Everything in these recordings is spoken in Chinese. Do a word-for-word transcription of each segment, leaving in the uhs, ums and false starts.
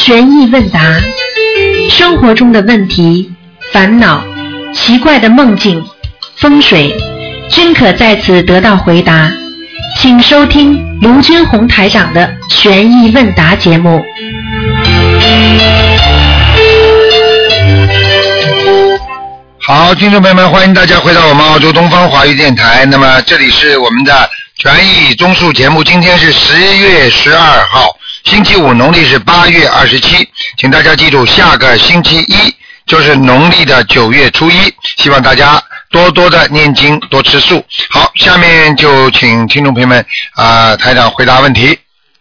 悬疑问答，生活中的问题、烦恼、奇怪的梦境、风水，均可在此得到回答。请收听卢军红台长的悬疑问答节目。 好，听众朋友们，欢迎大家回到我们澳洲东方华语电台。那么这里是我们的权益综述节目，今天是十月十二号，星期五，农历是八月二十七。请大家记住，下个星期一就是农历的九月初一，希望大家多多的念经，多吃素。好，下面就请听众朋友们啊、呃，台长回答问题。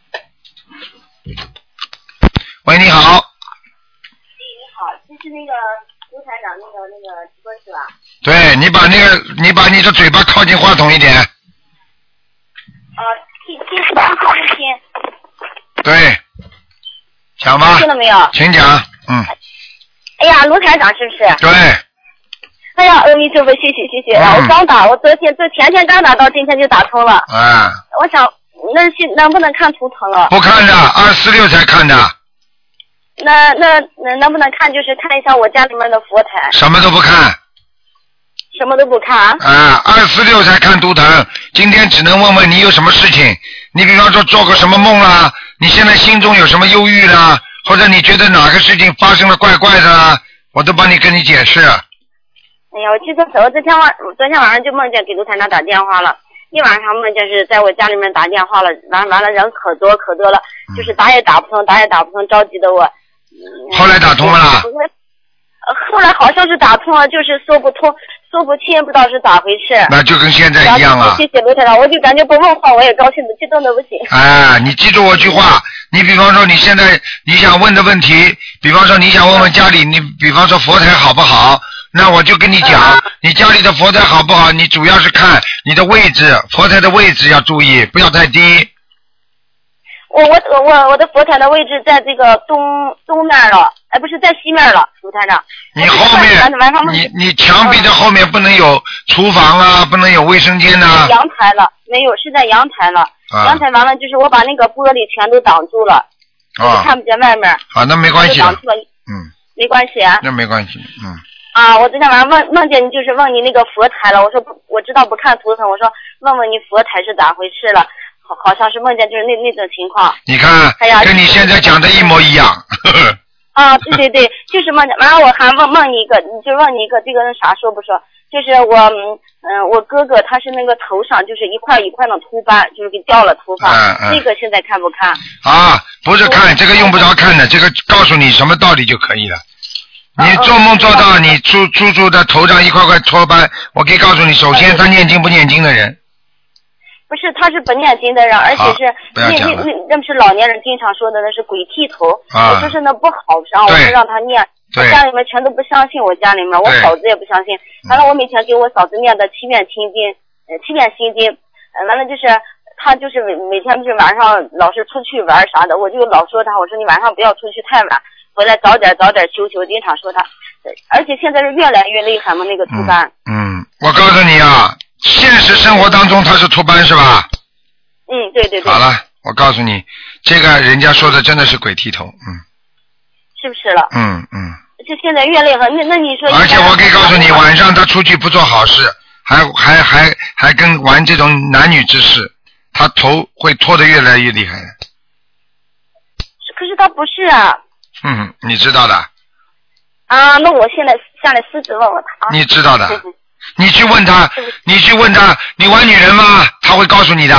喂，你好。 哎，你好，这是那个卢台长那个那个直播是吧？ 对，你把那个你把你的嘴巴靠近话筒一点。 啊，听听听听听。 对，讲吧。 听到没有？ 请讲，嗯。 哎呀，卢台长是不是？ 对。 哎呀，阿弥陀佛，谢谢谢谢。嗯、我刚打，我昨天昨前天刚打到，今天就打通了。 啊。 我想，那是能不能看图腾了？ 不看的，二四六才看的。 那那那能不能看？就是看一下我家里面的佛台。 什么都不看。 什么都不看。 啊，二四六才看图腾。今天只能问问你有什么事情。你比方说做个什么梦啦，你现在心中有什么忧郁啦，或者你觉得哪个事情发生了怪怪的啦，我都帮你跟你解释。 哎呀，我记得我昨天晚昨天晚上就梦见给卢台长打电话了，一晚上梦见是在我家里面打电话了，完完了人可多可多了，嗯、就是打也打不通，打也打不通，着急的我。 后来打通了啦？ 后来好像是打通了，就是说不通，说不清，不知道是咋回事。 那就跟现在一样了。 谢谢卢台长，我就感觉不问话我也高兴的，激动的不行。 哎，你记住我句话，你比方说你现在你想问的问题，比方说你想问问家里，你比方说佛台好不好，那我就跟你讲，嗯、你家里的佛台好不好，你主要是看你的位置，佛台的位置要注意，不要太低。 我我我我的佛台的位置在这个东东面了，哎，不是在西面了，卢台长。 你后面，你你墙壁的后面不能有厨房啊，嗯、不能有卫生间呐、啊。 阳台了，没有，是在阳台了。啊、阳台完了，就是我把那个玻璃全都挡住了，啊、看不见外面。 啊，那没关系。 挡住了， 嗯。 没关系啊。 那没关系，嗯。 啊，我昨天晚上梦梦见你，就是问你那个佛台了。我说不，我知道不看图腾，我说问问你佛台是咋回事了。好，好像是梦见就是那那种情况。 你看，哎呀，跟你现在讲的一模一样。呵呵啊，对对对，就是梦见。完了，我还问问你一个，就问你一个，这个人啥说不说？就是我，嗯、呃，我哥哥他是那个头上就是一块一块的秃斑，就是给掉了头发，嗯嗯、那个现在看不看？ 啊，不是看，这个用不着看的，这个告诉你什么道理就可以了。你做梦做到你猪猪猪的头上一块块脱斑，我可以告诉你，首先他念经不念经的人。 不是，他是不念经的人，而且是那那那那不是老年人经常说的，那是鬼剃头。啊、我说是那不好上，我就让他念。我家里面全都不相信，我家里面我嫂子也不相信。完了，我每天给我嫂子念的七遍心经，呃，七遍心经。呃，完了就是他就是每每天就是晚上老是出去玩啥的，我就老说他，我说你晚上不要出去太晚，回来早点早点休息。我经常说他，而且现在是越来越厉害嘛，那个秃斑。 嗯，嗯我告诉你啊。现实生活当中他是秃斑是吧？ 嗯，对对对。 好了，我告诉你，这个人家说的真的是鬼剃头，嗯。 是不是了？ 嗯嗯。 就现在越厉害，那那你说。 而且我可以告诉你，晚上他出去不做好事，还还还还跟玩这种男女之事，他头会脱得越来越厉害的。 可是他不是啊。 嗯，你知道的。 啊，那我现在下来私自问问他。 你知道的。你去问他，你去问他，你玩女人吗？他会告诉你的。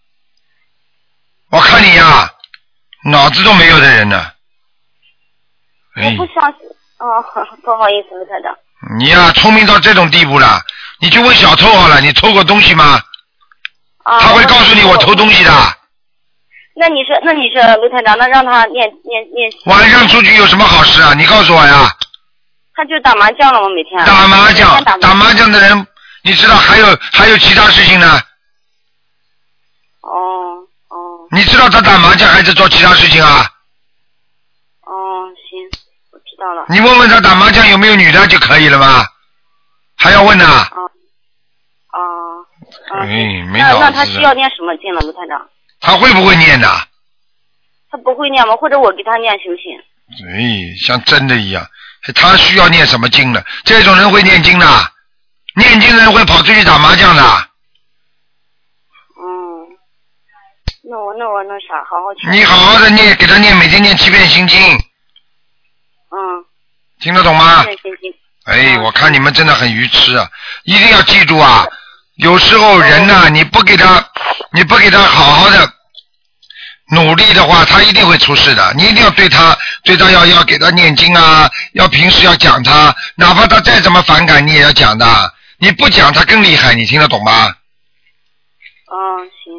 我看你呀，脑子都没有的人呢。 我不相信，哦，不好意思，卢台长。 你呀，聪明到这种地步了，你去问小偷好了，你偷过东西吗？啊、他会告诉你我偷东西的。 那你说，那你说，卢台长，那让他念念念。 晚上出去有什么好事啊？你告诉我呀。 他就打麻将了吗？每天打麻将， 打打麻将的人，你知道还有还有其他事情呢。 哦哦。 你知道他打麻将还是做其他事情啊？ 哦，行，我知道了。 你问问他打麻将有没有女的就可以了吗？还要问呢？ 哦哦。 哎，没脑子。 那那他需要念什么经了，卢台长？ 他会不会念的？ 他不会念吗？或者我给他念行不行？ 哎，像真的一样。他需要念什么经呢？这种人会念经的，念经的人会跑出去打麻将的。 嗯，那我那我那啥，好好去。 你好好的念，给他念，每天念七遍心经。 嗯。 听得懂吗？ 念心经。 哎，我看你们真的很愚痴啊！一定要记住啊，有时候人呐、啊，你不给他，你不给他好好的努力的话，他一定会出事的。你一定要对他，对他要要给他念经啊，要平时要讲他，哪怕他再怎么反感，你也要讲的。你不讲，他更厉害，你听得懂吗？ 嗯，行。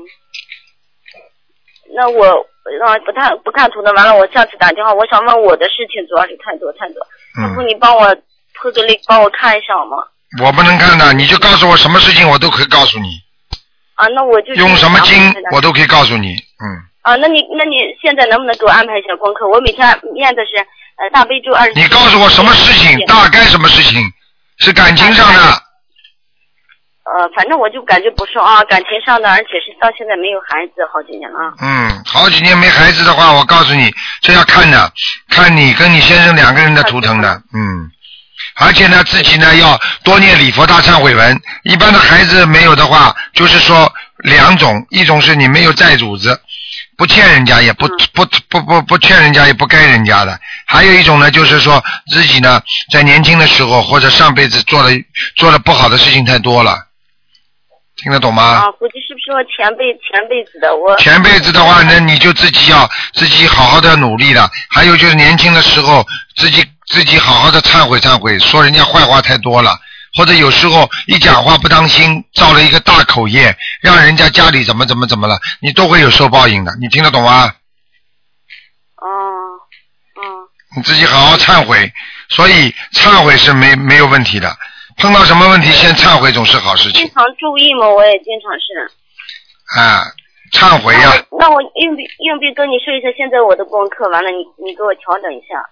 那我啊不看不看图的，完了我下次打电话，我想问我的事情主要是太多太多，要、嗯、不你帮我破个例，帮我看一下好吗？ 我不能看的，你就告诉我什么事情，我都可以告诉你。 啊，那我就用什么经，我都可以告诉你，嗯。 啊，那你那你现在能不能给我安排一下功课？我每天念的是呃大悲咒二十。 你告诉我什么事情？大概什么事情？是感情上的。 呃，反正我就感觉不是啊，感情上的，而且是到现在没有孩子好几年了。 嗯，好几年没孩子的话，我告诉你，这要看的，看你跟你先生两个人的图腾的，嗯。而且呢，自己呢要多念礼佛大忏悔文。一般的孩子没有的话，就是说两种，一种是你没有债主子，不欠人家，也不不不不不欠人家，也不该人家的。还有一种呢，就是说自己呢在年轻的时候或者上辈子做了做了不好的事情太多了。听得懂吗？ 啊，估计是不是我前辈前辈子的我？ 前辈子的话呢，你就自己要自己好好的努力了。还有就是年轻的时候，自己自己好好的忏悔忏悔，说人家坏话太多了，或者有时候一讲话不当心，造了一个大口业，让人家家里怎么怎么怎么了，你都会有受报应的。你听得懂吗？ 哦，嗯。 你自己好好忏悔，所以忏悔是没没有问题的。碰到什么问题先忏悔总是好事情。 经常注意嘛，我也经常是。 啊，忏悔呀、 啊！那我硬币硬币跟你说一下，现在我的功课完了，你你给我调整一下。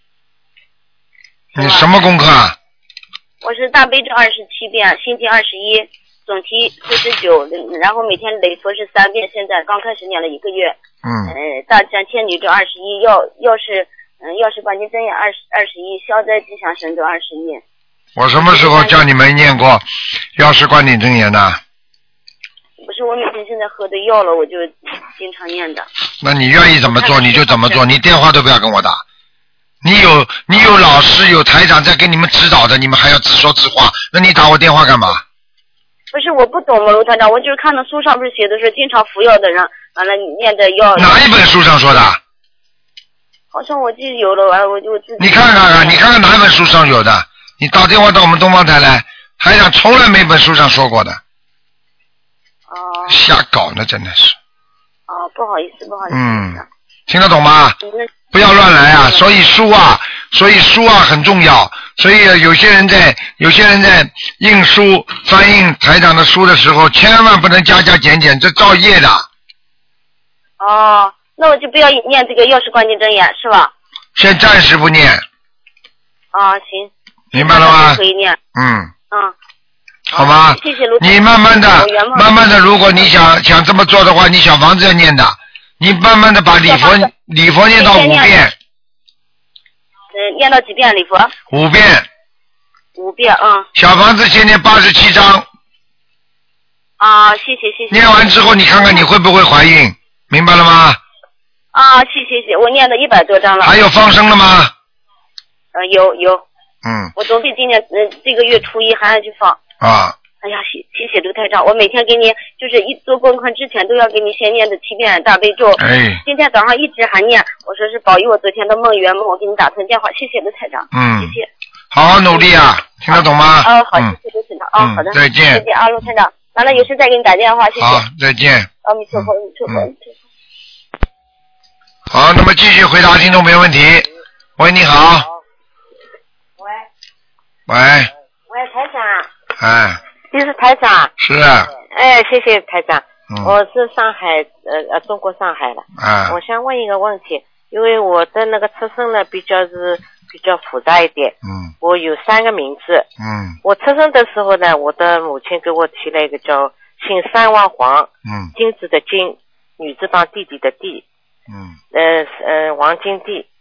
你什么功课啊？ 我是大悲咒二十七遍，心经二十一，总提四十九，然后每天礼佛是三遍，现在刚开始念了一个月。 嗯。 呃，大战天女咒二十一，要要是嗯、呃、要是观音真言二十二十一，消灾吉祥神咒二十一。 我什么时候叫你们念过药师观顶真言呢？ 不是，我每天现在喝的药了，我就经常念的。 那你愿意怎么做你就怎么做，你电话都不要跟我打。你有你有老师有台长在给你们指导的，你们还要自说自话，那你打我电话干嘛？ 不是，我不懂嘛，卢台长，我就是看到书上不是写的是经常服药的人，完了你念的药。 哪一本书上说的？ 好像我记得有了，完了我就自己。 你看看看，你看看哪本书上有的？你打电话到我们东方台来，台长从来没本书上说过的。 哦。 瞎搞呢，真的是。 哦，不好意思，不好意思。 嗯，听得懂吗？ 嗯、 不要乱来啊！所以书啊，所以书啊很重要。所以有些人在，有些人在印书、翻印台长的书的时候，千万不能加加减减，这造业的。 哦，那我就不要念这个药师观境真言是吧？ 先暂时不念。 啊、哦，行。 明白了吗？ 可以念。 嗯。 嗯。 好吗？ 谢谢卢。 你慢慢的，慢慢的，如果你想想这么做的话，你小房子要念的，你慢慢的把礼佛礼佛念到五遍。 呃，念到几遍礼佛？ 五遍。 五遍，嗯。 小房子先念八十七章。 啊，谢谢谢谢。 念完之后，你看看你会不会怀孕，明白了吗？ 啊，谢谢谢，我念了一百多章了。 还有放生了吗？ 呃，有有。 嗯。 我准备今年呃这个月初一还要去放。 啊。 哎呀，谢谢谢卢台长，我每天给你就是一做功课之前都要给你先念的七遍大悲咒。 哎。 今天早上一直还念，我说是保佑我昨天的梦圆梦，我给你打通电话，谢谢卢台长。 嗯。 谢谢。 好好努力啊，听得懂吗？ 哦，好，谢谢卢台长。哦，好的。 再见。 再见啊，卢台长。完了有事再给你打电话，谢谢。 好，再见。 阿弥陀佛，阿弥陀佛。 好，那么继续回答听众朋友问题。喂，你好。 喂。 喂。 喂，台长。 哎。 你是台长。 是啊。 哎，谢谢台长。 嗯。 我是上海呃呃中国上海的。 啊。 我想问一个问题，因为我的那个出生呢比较是比较复杂一点。 嗯。 我有三个名字。 嗯。 我出生的时候呢，我的母亲给我起了一个叫姓三王黄。 嗯。 金子的金，女字旁弟弟的弟。 嗯。 呃呃，王金娣。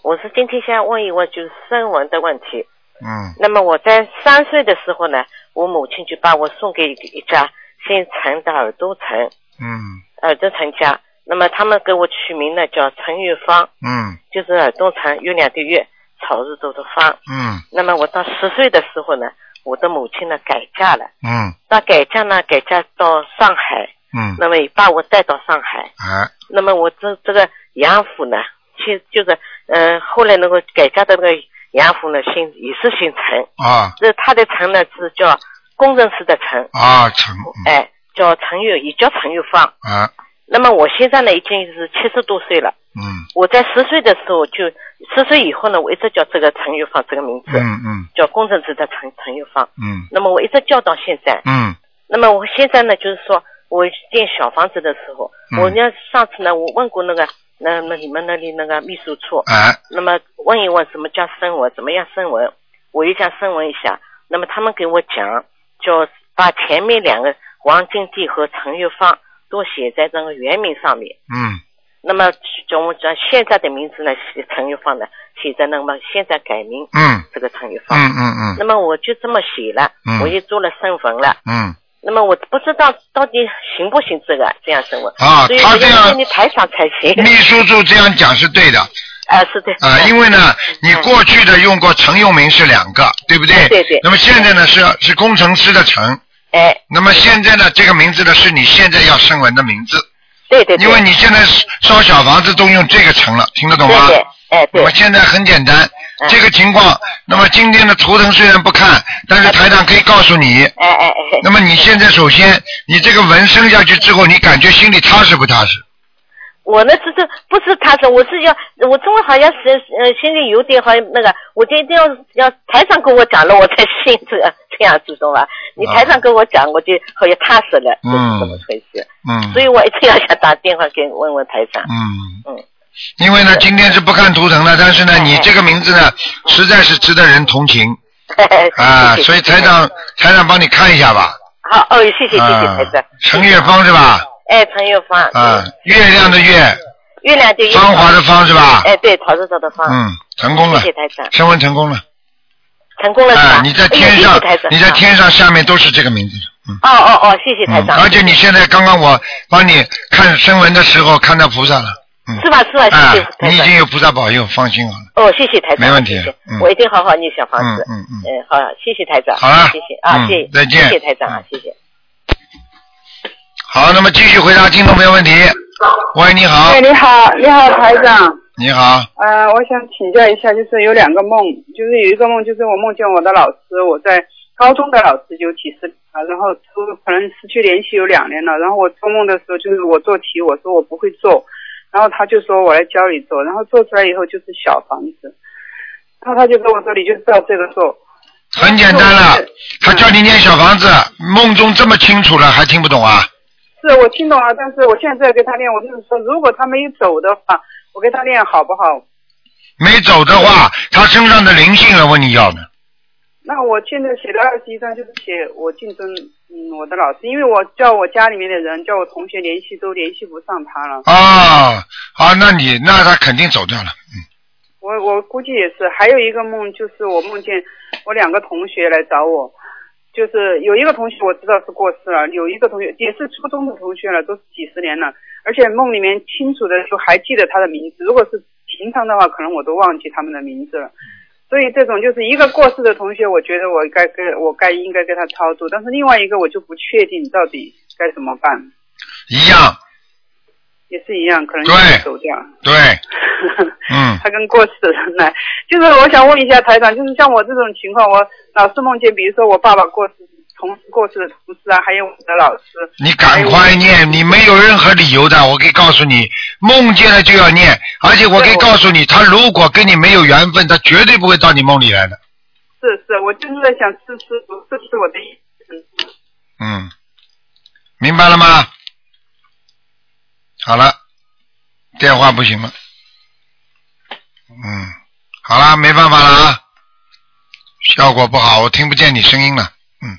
我是今天想问一问就是声纹的问题。 嗯。 那么我在三岁的时候呢，我母亲就把我送给一家姓陈的耳朵陈。 嗯。 耳朵陈家，那么他们给我取名呢叫陈玉芳。 嗯。就是耳朵陈，月亮的月，草字头的芳。 嗯。 那么我到十岁的时候呢，我的母亲呢改嫁了。 嗯。 那改嫁呢，改嫁到上海。 嗯。 那么也把我带到上海。 啊。 那么我这这个养父呢，其就是呃后来那个改嫁的那个养父呢，姓也是姓陈。 啊。 这他的陈呢是叫工程师的陈。 啊，陈。 嗯、哎，叫陈玉，也叫陈玉芳。 啊。 那么我现在呢已经是七十多岁了。 嗯。 我在十岁的时候就十岁以后呢，我一直叫这个陈玉芳这个名字。 嗯嗯。 叫工程师的陈陈玉芳。 嗯。 那么我一直叫到现在。 嗯。 那么我现在呢，就是说我建小房子的时候， 嗯、 我呢上次呢我问过那个那那你们那里那个秘书处。 啊。 那么问一问什么叫声纹，怎么样声纹，我也想声纹一下。那么他们给我讲，就把前面两个王金娣和陈玉芳都写在这个原名上面。 嗯。 那么就我讲现在的名字呢，陈玉芳呢写在那么现在改名。 嗯。 这个陈玉芳。 嗯嗯嗯。 那么我就这么写了。 嗯。 我也做了声纹了。 嗯。 那么我不知道到底行不行这个这样声纹。 啊， 所以他这样你台上才行。 秘书处这样讲是对的。 啊，是的。 啊，因为呢，你过去的用过陈用名是两个，对不对？ 对对。 那么现在呢是是工程师的陈。 哎。 那么现在呢，这个名字呢是你现在要声纹的名字。 对对。 因为你现在烧小房子都用这个陈了，听得懂吗？ 对对。哎对。 那么现在很简单。这个情况，那么今天的图腾虽然不看，但是台长可以告诉你。 哎哎哎。 那么你现在首先，你这个纹生下去之后，你感觉心里踏实不踏实？ 我呢，这这不是踏实，我是要，我中好像是呃，心里有点好像那个，我就一定要要台上跟我讲了，我才信这个这样子，懂吧？你台上跟我讲，我就好像踏实了， 嗯， 就是这么回事。 嗯。 所以我一直要想打电话给问问台长。 嗯。 嗯。 因为呢，今天是不看图腾的，但是呢，你这个名字呢，实在是值得人同情啊，所以台长台长帮你看一下吧。 好哦，谢谢谢谢台长。 陈月芳是吧？ 哎，陈月芳。 啊，月亮的月。 月亮的月。 芳华的芳是吧？ 哎，对，草字头的芳。 嗯，成功了。 谢谢台长。 升温成功了。 成功了是吧？ 啊，你在天上，你在天上下面都是这个名字。嗯。 哦哦哦，谢谢台长。 而且你现在刚刚我帮你看声纹的时候看到菩萨了。嗯、 是吧是吧，谢谢台长。 你已经有菩萨保佑，放心好了。 哦，谢谢台长。 没问题。 嗯、我一定好好念小房子。 嗯嗯嗯。 嗯，好，谢谢台长。 好了。 谢谢啊，谢谢。 再见。 谢谢台长啊，谢谢。 好，那么继续回答听众朋友问题。喂，你好。 哎，你好，你好，台长。 你好。 呃，我想请教一下，就是有两个梦，就是有一个梦，就是我梦见我的老师，我在高中的老师就几十啊，然后可能失去联系有两年了，然后我做梦的时候，就是我做题，我说我不会做。然后他就说我来教你做，然后做出来以后就是小房子，然后他就跟我说你就照这个做。 很简单了，他叫你念小房子，梦中这么清楚了还听不懂啊？ 是我听懂了，但是我现在给他念，我就是说如果他没走的话，我给他念好不好？ 没走的话，他身上的灵性来问你要的。 那我现在写的二十一章就是写我竞争嗯我的老师，因为我叫我家里面的人叫我同学联系都联系不上他了。 啊啊，那你那他肯定走掉了，嗯。 我我估计也是，还有一个梦就是我梦见我两个同学来找我，就是有一个同学我知道是过世了，有一个同学也是初中的同学了，都是几十年了，而且梦里面清楚的就还记得他的名字，如果是平常的话可能我都忘记他们的名字了。所以这种就是一个过世的同学，我觉得我该跟我该应该跟他超度，但是另外一个我就不确定到底该怎么办。 一样。 也是一样，可能会走掉。 对。嗯。 他跟过世的人来，就是我想问一下台长，就是像我这种情况，我老是梦见，比如说我爸爸过世，同事过世的同事啊，还有我的老师。 你赶快念，你没有任何理由的，我可以告诉你，梦见了就要念，而且我可以告诉你，他如果跟你没有缘分，他绝对不会到你梦里来的。 是是，我就是在想支持支持我的意思。 嗯，明白了吗？好了，电话不行了。嗯，好了，没办法了啊，效果不好，我听不见你声音了。嗯，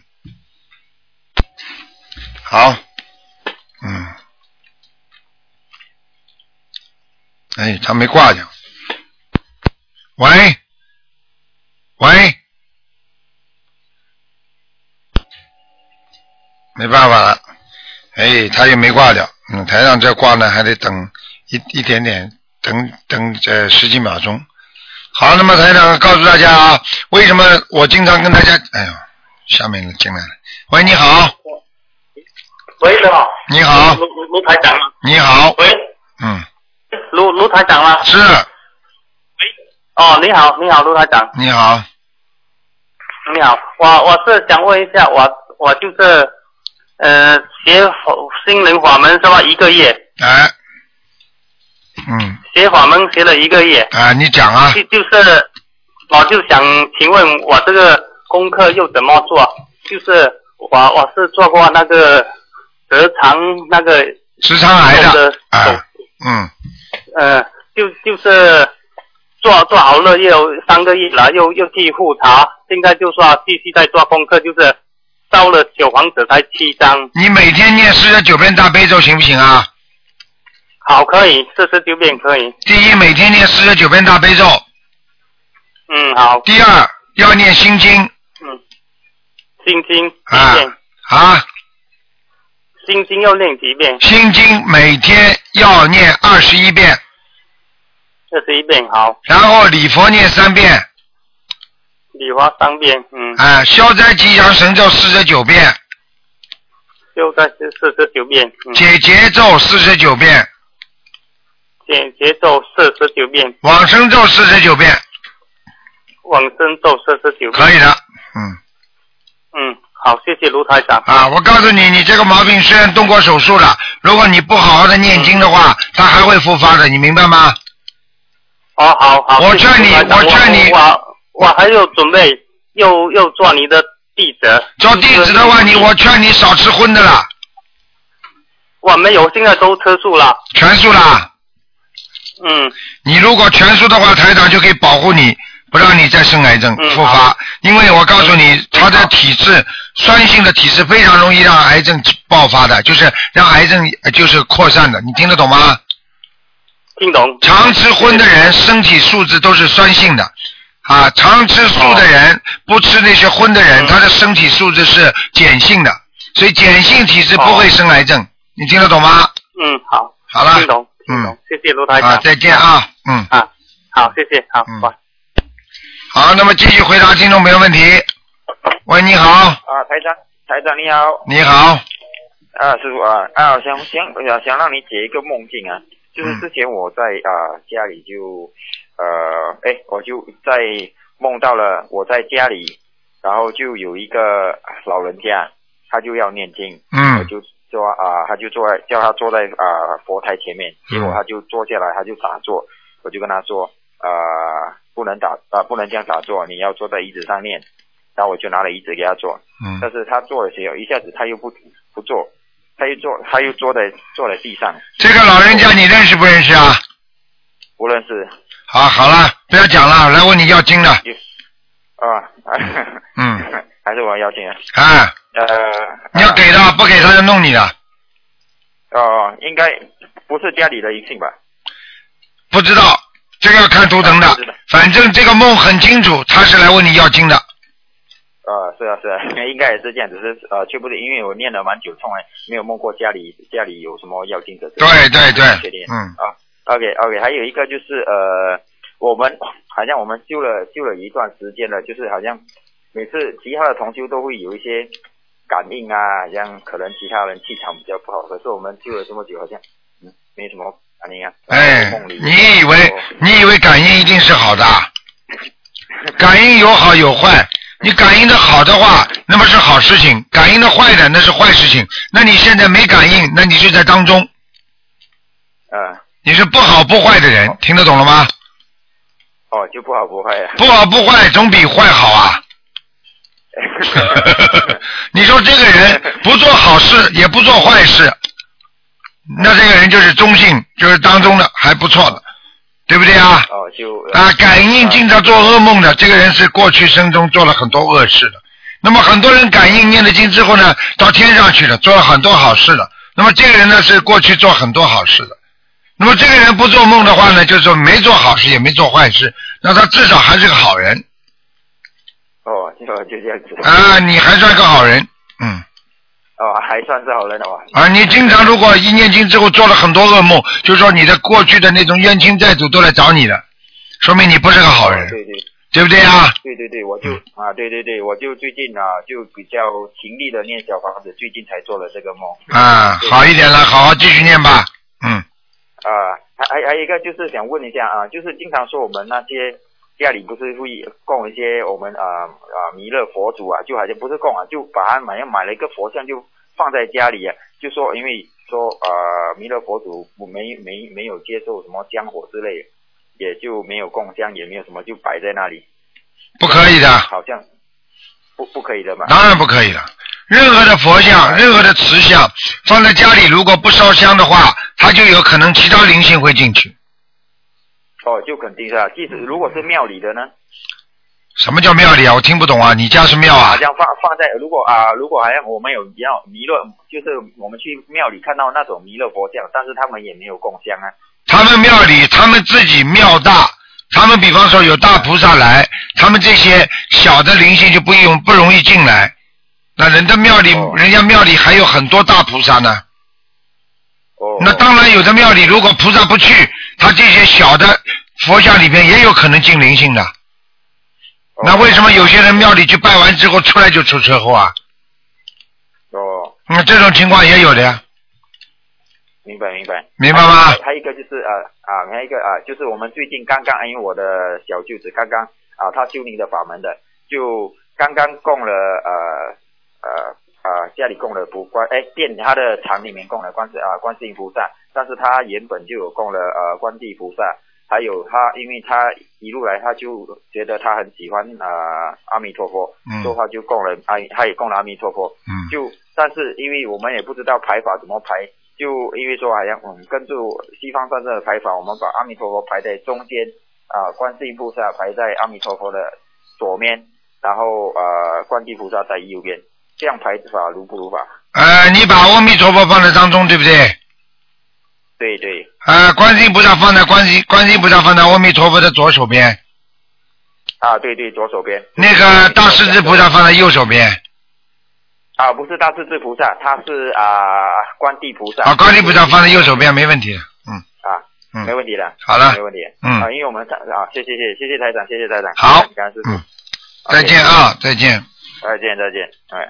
好，嗯，哎，他没挂掉。 喂喂，没办法了，哎，他又没挂掉。嗯，台上这挂呢，还得等一一点点，等等这十几秒钟。好，那么台长告诉大家啊，为什么我经常跟大家，哎呦，下面进来了。喂，你好。 喂，你好。 你好。 卢卢卢台长吗？ 你好。 喂。 嗯。 卢卢台长吗？ 是。 哦，你好，你好，卢台长。 你好。 你好，我我是想问一下，我我就是呃学心灵法门是吧？一个月。 哎。嗯。 学法门学了一个月。 啊，你讲啊。 就就是，我就想请问我这个功课又怎么做？就是我我是做过那个直肠那个直肠癌的啊，嗯。 呃，就就是做做好了也有三个月了，又又去复查，现在就说继续在做功课，就是烧了小房子才七张。 你每天念四十九遍大悲咒行不行啊？ 好，可以，四十九遍可以。 第一，每天念四十九遍大悲咒。 嗯，好。 第二，要念心经。 嗯，心经啊几遍？ 啊。 心经要念几遍？ 心经每天要念二十一遍。 二十一遍，好。 然后礼佛念三遍。 礼佛三遍，嗯。 啊，消灾吉祥神咒四十九遍。 消灾是四十九遍。嗯、 解结咒四十九遍。 解结咒四十九遍。 往生咒四十九遍。 往生咒四十九遍。 可以的，嗯。 嗯，好，谢谢卢台长。 啊，我告诉你，你这个毛病虽然动过手术了，如果你不好好的念经的话，它还会复发的，你明白吗？ 哦，好好。 我劝你，我劝你， 我我还有准备又又做你的弟子。 做弟子的话，你我劝你少吃荤的啦。 我没有，现在都吃素了。 全素啦。 嗯。 你如果全素的话，台长就可以保护你，不让你再生癌症复发。嗯、因为我告诉你，他的体质酸性的体质非常容易让癌症爆发的，就是让癌症就是扩散的，你听得懂吗？ 听懂。 常吃荤的人身体素质都是酸性的，啊，常吃素的人、哦、不吃那些荤的人、嗯，他的身体素质是碱性的，所以碱性体质不会生癌症，哦、你听得懂吗？ 嗯，好。 好了。 听懂，听懂，嗯、谢谢卢台长。 啊，再见啊，嗯。 啊，好，谢谢，好， 嗯。 拜。 好，那么继续回答听众朋友问题。喂，你好。 啊，台长，台长你好。 你好。 啊，师傅啊，啊，想想想让你解一个梦境啊。就是之前我在啊、呃、家里就呃哎我就在梦到了我在家里，然后就有一个老人家，他就要念经， 嗯， 我就说啊、呃、他就坐在叫他坐在啊、呃、佛台前面，结果他就坐下来，他就打坐，我就跟他说啊、呃、不能打啊、呃、不能这样打坐，你要坐在椅子上念，然后我就拿了椅子给他坐， 嗯， 但是他坐的时候一下子他又不不坐。他又坐，他又坐在坐在地上。 这个老人家你认识不认识啊？ 不认识。 好，好了，不要讲了，来问你要经了。 啊， 嗯， 还是我要经啊？ 啊， 呃， 你要给他，不给他就弄你的。 哦，应该不是家里的灵性吧？ 不知道，这个要看图腾的。 啊、 反正这个梦很清楚，他是来问你要经的。 呃，是啊是啊，应该也是这样，只是呃，却不是因为我念了蛮久，从来没有梦过家里家里有什么要经者。 对对对， 确定。 嗯。 啊 ，OK OK， 还有一个就是呃，我们好像我们修了修了一段时间了，就是好像每次其他的同修都会有一些感应啊，好像可能其他人气场比较不好，可是我们修了这么久，好像嗯没什么感应啊。 哎，你以为你以为感应一定是好的？感应有好有坏。你感应的好的话，那么是好事情；感应的坏的，那是坏事情。那你现在没感应，那你就在当中。 嗯。 你是不好不坏的人，哦、听得懂了吗？ 哦，就不好不坏呀。 不好不坏总比坏好啊。你说这个人不做好事也不做坏事，那这个人就是中性，就是当中的还不错的。对不对啊？ 哦，就啊，感应经常做噩梦的，这个人是过去生中做了很多恶事的。那么很多人感应念了经之后呢，到天上去了，做了很多好事的。那么这个人呢，是过去做很多好事的。 那么这个人不做梦的话呢，就是说没做好事也没做坏事，那他至少还是个好人。 哦，就就这样子。 啊，你还算个好人，嗯。 哦，还算是好人的话。 啊，你经常如果一念经之后做了很多噩梦，就是说你的过去的那种冤亲债主都来找你了，说明你不是个好人。 哦、对对。 对不对啊？ 对对对，我就、嗯、啊，对对对，我就最近啊，就比较勤力的念小房子，最近才做了这个梦。啊， 好一点了，好好继续念吧。嗯。 啊，还还还有一个就是想问一下啊，就是经常说我们那些家里不是会供一些我们啊啊弥勒佛祖啊，就好像不是供啊，就把它买买了一个佛像就放在家里啊，就说因为说啊弥勒佛祖没没没有接受什么香火之类的。也就没有供香，也没有什么，就摆在那里。 不可以的。 好像不不可以的嘛。 当然不可以了。任何的佛像，任何的瓷像，放在家里如果不烧香的话，它就有可能其他灵性会进去。 哦，就肯定是啊。即使如果是庙里的呢？ 什么叫庙里啊？我听不懂啊！你家是庙啊？ 好像放放在如果啊，如果好像我们有要弥勒，就是我们去庙里看到那种弥勒佛像，但是他们也没有供香啊。 他们庙里，他们自己庙大，他们比方说有大菩萨来，他们这些小的灵性就不用不容易进来。那人的庙里，哦、人家庙里还有很多大菩萨呢。 哦。 那当然，有的庙里如果菩萨不去，他这些小的佛像里面也有可能进灵性的。哦、那为什么有些人庙里去拜完之后出来就出车祸啊？ 哦。 那、嗯、这种情况也有的呀。 明白明白明白吗？ 还有一个就是呃啊，还有一个啊，就是我们最近刚刚，因为我的小舅子刚刚啊，他修您的法门的，就刚刚供了呃呃啊家里供了不观哎店他的厂里面供了观世啊观世音菩萨，但是他原本就有供了呃观地菩萨，还有他因为他一路来他就觉得他很喜欢啊、呃、阿弥陀佛，嗯，所以他就供了阿他也供了阿弥陀佛， 嗯， 就但是因为我们也不知道排法怎么排。就因为说好像嗯，根据西方三圣的排法，我们把阿弥陀佛排在中间，啊、呃，观世音菩萨排在阿弥陀佛的左面，然后呃，观地菩萨在右边，这样排法如不如法？ 呃，你把阿弥陀佛放在当中，对不对？ 对对。 呃，观世音菩萨放在观世观世音菩萨放在阿弥陀佛的左手边。 啊，对对，左手边。 那个大势至菩萨放在右手边。 啊，不是大势至菩萨，他是啊、呃、观地菩萨。 啊，观地菩萨放在右手边，没问题。嗯。 啊， 嗯， 没问题的。 好了， 没问题。 嗯。 啊，因为我们啊，谢谢谢谢谢台长，谢谢台长。 好。 感恩师父。 嗯。再见啊，再见。 再见再见，哎。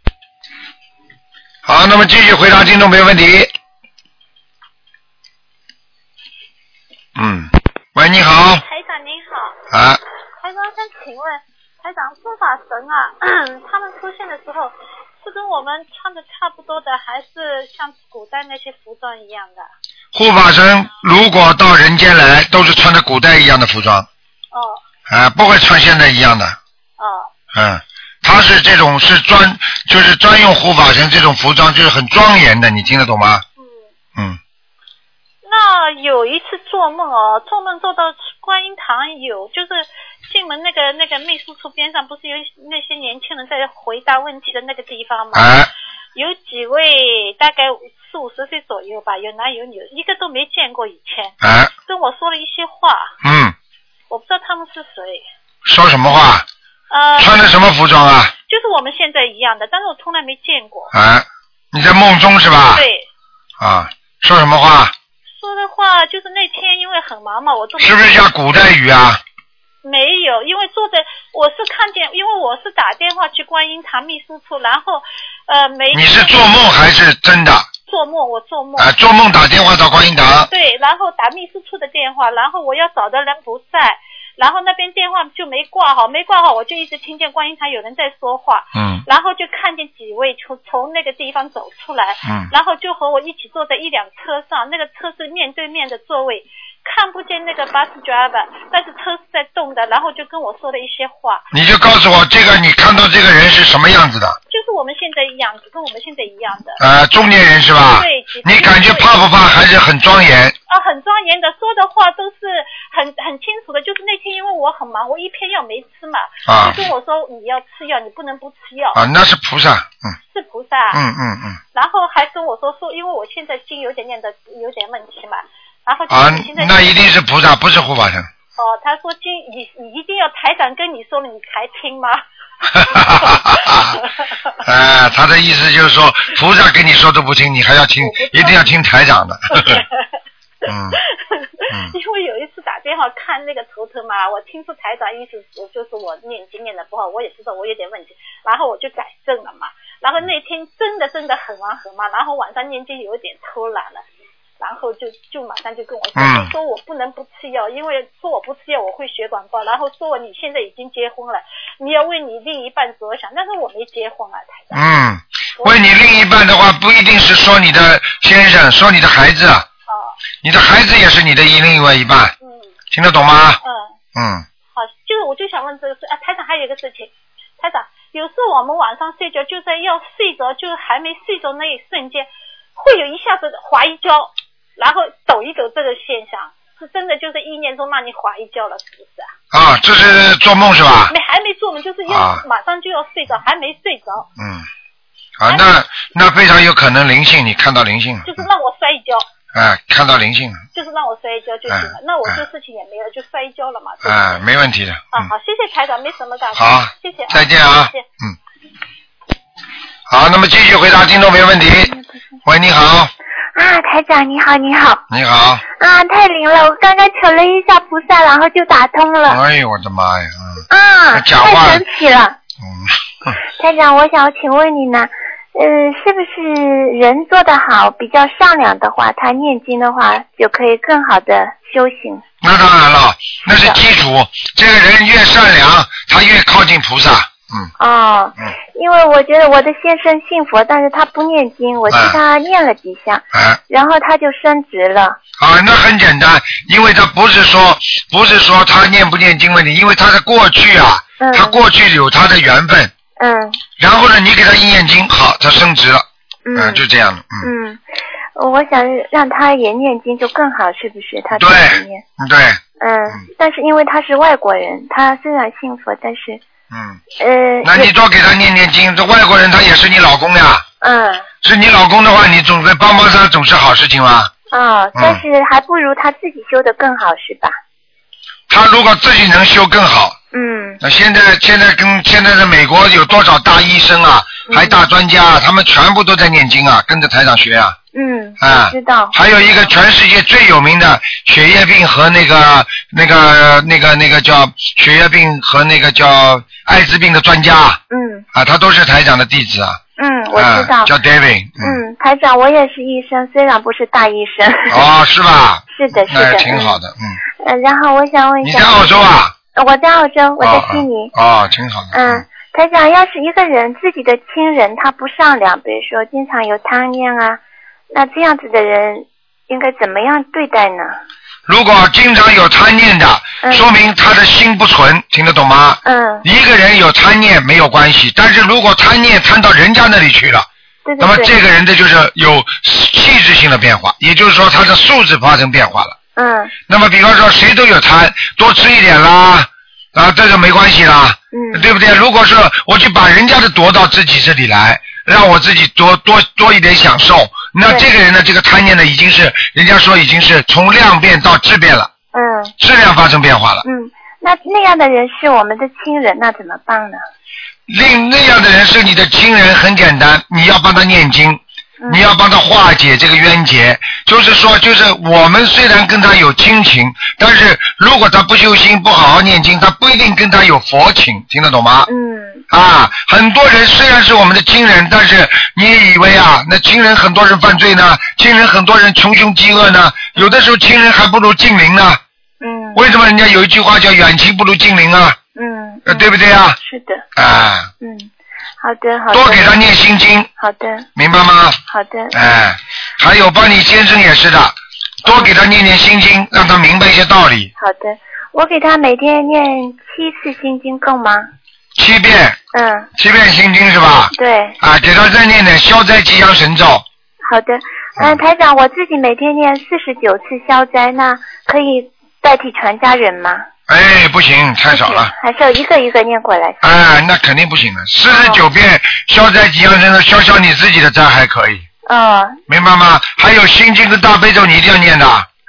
好，那么继续回答听众朋友问题。嗯，喂，你好。 台长您好。 啊。 台长想请问，台长护法神啊，他们出现的时候。是跟我们穿的差不多的，还是像古代那些服装一样的？ 护法神如果到人间来，都是穿的古代一样的服装。 哦。 啊，不会穿现在一样的。 哦。 嗯，他是这种是专，就是专用护法神这种服装，就是很庄严的，你听得懂吗？ 嗯。 嗯。 那有一次做梦哦，做梦做到观音堂有，就是进门那个那个秘书处边上，不是有那些年轻人在回答问题的那个地方吗？ 哎。 有几位大概四五十岁左右吧，有男有女，一个都没见过以前。 哎。 跟我说了一些话。 嗯。 我不知道他们是谁。 说什么话？ 呃。 穿的什么服装啊？ 就是我们现在一样的，但是我从来没见过。 哎，你在梦中是吧？ 对。 啊，说什么话？ 说的话就是那天因为很忙嘛，我做是不是像古代语啊？ 没有，因为坐在我是看见，因为我是打电话去观音堂秘书处，然后呃没。你是做梦还是真的？ 做梦，我做梦。 啊，做梦打电话到观音堂。 对，然后打秘书处的电话，然后我要找的人不在，然后那边电话就没挂好，没挂好，我就一直听见观音堂有人在说话。 嗯。 然后就看见几位从从那个地方走出来。 嗯。 然后就和我一起坐在一辆车上，那个车是面对面的座位。看不见那个 bus driver， 但是车是在动的，然后就跟我说了一些话。 你就告诉我，这个你看到这个人是什么样子的？ 就是我们现在一样子，跟我们现在一样的。 呃，中年人是吧？ 对。 你感觉怕不怕？还是很庄严？ 啊，很庄严的，说的话都是很很清楚的。就是那天因为我很忙，我一片药没吃嘛， 啊， 就跟我说你要吃药，你不能不吃药。 啊，那是菩萨，嗯。 是菩萨。 嗯嗯嗯。 然后还跟我说说，因为我现在经有点念的有点问题嘛。 然后啊，那一定是菩萨，不是护法神。 哦，他说今你你一定要台长跟你说了，你还听吗？ 哎，他的意思就是说，菩萨跟你说都不听，你还要听，一定要听台长的。嗯嗯。 因为有一次打电话看那个头头嘛，我听说台长意思就是我念经念的不好，我也知道我有点问题，然后我就改正了嘛。然后那天真的真的很忙很忙，然后晚上念经有点偷懒了。然后就就马上就跟我说，嗯、说我不能不吃药，因为说我不吃药我会血管爆。然后说我你现在已经结婚了，你要为你另一半着想。但是我没结婚啊，台长。 嗯，为你另一半的话，不一定是说你的先生，说你的孩子。哦。你的孩子也是你的另外一半。嗯。听得懂吗？嗯。嗯。 好，就是我就想问这个事啊，台长还有一个事情，台长，有时候我们晚上睡觉，就在要睡着，就还没睡着那一瞬间，会有一下子滑一跤。然后抖一抖，这个现象是真的，就是意念中让你滑一跤了，是不是啊？ 啊，这是做梦是吧？ 没，还没做梦，就是要、啊、马上就要睡着，还没睡着。 嗯，啊，那那非常有可能灵性，你看到灵性了。 就是让我摔一跤。 哎、嗯，看到灵性了。 就是让我摔一跤就行了，嗯、那我做事情也没有，就摔一跤了嘛。 啊、嗯，没问题的。 啊，好，谢谢台长，没什么大事。 好， 谢谢。 再见啊。谢谢。嗯。好，那么继续回答听众没问题。喂，你好。 啊，台长你好，你好。 你好。 啊，太灵了！我刚刚求了一下菩萨，然后就打通了。 哎呦，我的妈呀！ 啊， 讲话太神奇了。 嗯。 台长，我想请问你呢，呃，是不是人做得好，比较善良的话，他念经的话就可以更好的修行？ 那当然了，那是基础。这个人越善良，他越靠近菩萨。嗯。 哦。嗯。因为我觉得我的先生信佛，但是他不念经，我替他念了几下， 啊、 然后他就升职了。 啊，那很简单，因为他不是说不是说他念不念经问题，因为他的过去啊，嗯、他过去有他的缘分。 嗯。 然后呢，你给他一念经，好，他升职了。嗯、啊。就这样的。 嗯。嗯，我想让他也念经就更好，是不是？他对。对。 嗯，但是因为他是外国人，他虽然信佛，但是。 嗯， 呃， 那你多给他念念经。这外国人他也是你老公呀。 嗯。 是你老公的话，你总在帮帮他，总是好事情吗？ 哦，但是还不如他自己修得更好，是吧？ 他如果自己能修更好。 嗯。 那现在现在跟现在的美国有多少大医生啊，嗯、还大专家啊，他们全部都在念经啊，跟着台长学啊。 嗯， 啊， 知道。 还有一个全世界最有名的血液病和那个那个那个那个叫血液病和那个叫艾滋病的专家。 嗯。 啊，他都是台长的弟子啊。 嗯，我知道。 啊、叫 David。 嗯, 嗯，台长，我也是医生，虽然不是大医生。 哦，是吧？ 是的，是的。 那挺好的，嗯。 嗯，然后我想问一下。 你在澳洲啊？ 我在澳洲，我在悉尼。 哦，挺好的。 嗯，台长，要是一个人自己的亲人他不善良，比如说经常有贪念啊。那这样子的人应该怎么样对待呢？ 如果经常有贪念的，嗯、说明他的心不纯，听得懂吗？ 嗯。 一个人有贪念没有关系，但是如果贪念贪到人家那里去了， 对对对， 那么这个人的就是有气质性的变化，也就是说他的素质发生变化了。 嗯。 那么比方说谁都有贪，多吃一点啦，啊，这个没关系啦， 嗯， 对不对？如果是我去把人家的夺到自己这里来，让我自己多多多一点享受。那这个人呢，这个贪念呢，已经是人家说已经是从量变到质变了。 嗯。 质量发生变化了。 嗯，那那样的人是我们的亲人，那怎么办呢？ 另那样的人是你的亲人，很简单，你要帮他念经，嗯、你要帮他化解这个冤结。就是说，就是我们虽然跟他有亲情，但是如果他不修心，不好好念经，他不一定跟他有佛情，听得懂吗？ 嗯。 啊，很多人虽然是我们的亲人，但是你也以为啊，那亲人很多人犯罪呢，亲人很多人穷凶极恶呢，有的时候亲人还不如近邻呢。 嗯。 为什么人家有一句话叫远亲不如近邻啊？ 嗯。 呃，对不对啊？ 是的。 啊。 嗯，好的，好的。 多给他念心经。 好的。 明白吗？ 好的。 哎，还有帮你先生也是的，多给他念念心经，让他明白一些道理。 好的，我给他每天念七次心经够吗？ 七遍。 嗯。 七遍心经是吧？ 对。 啊，给他再念点消灾吉祥神咒。 好的，嗯、呃，台长，我自己每天念四十九次消灾，那可以代替全家人吗？ 哎，不行，太少了。 还是要一个一个念过来。 哎，那肯定不行了。四十九遍消灾吉祥神咒，消消你自己的灾还可以。 哦。 明白吗？还有心经跟大悲咒，你一定要念的。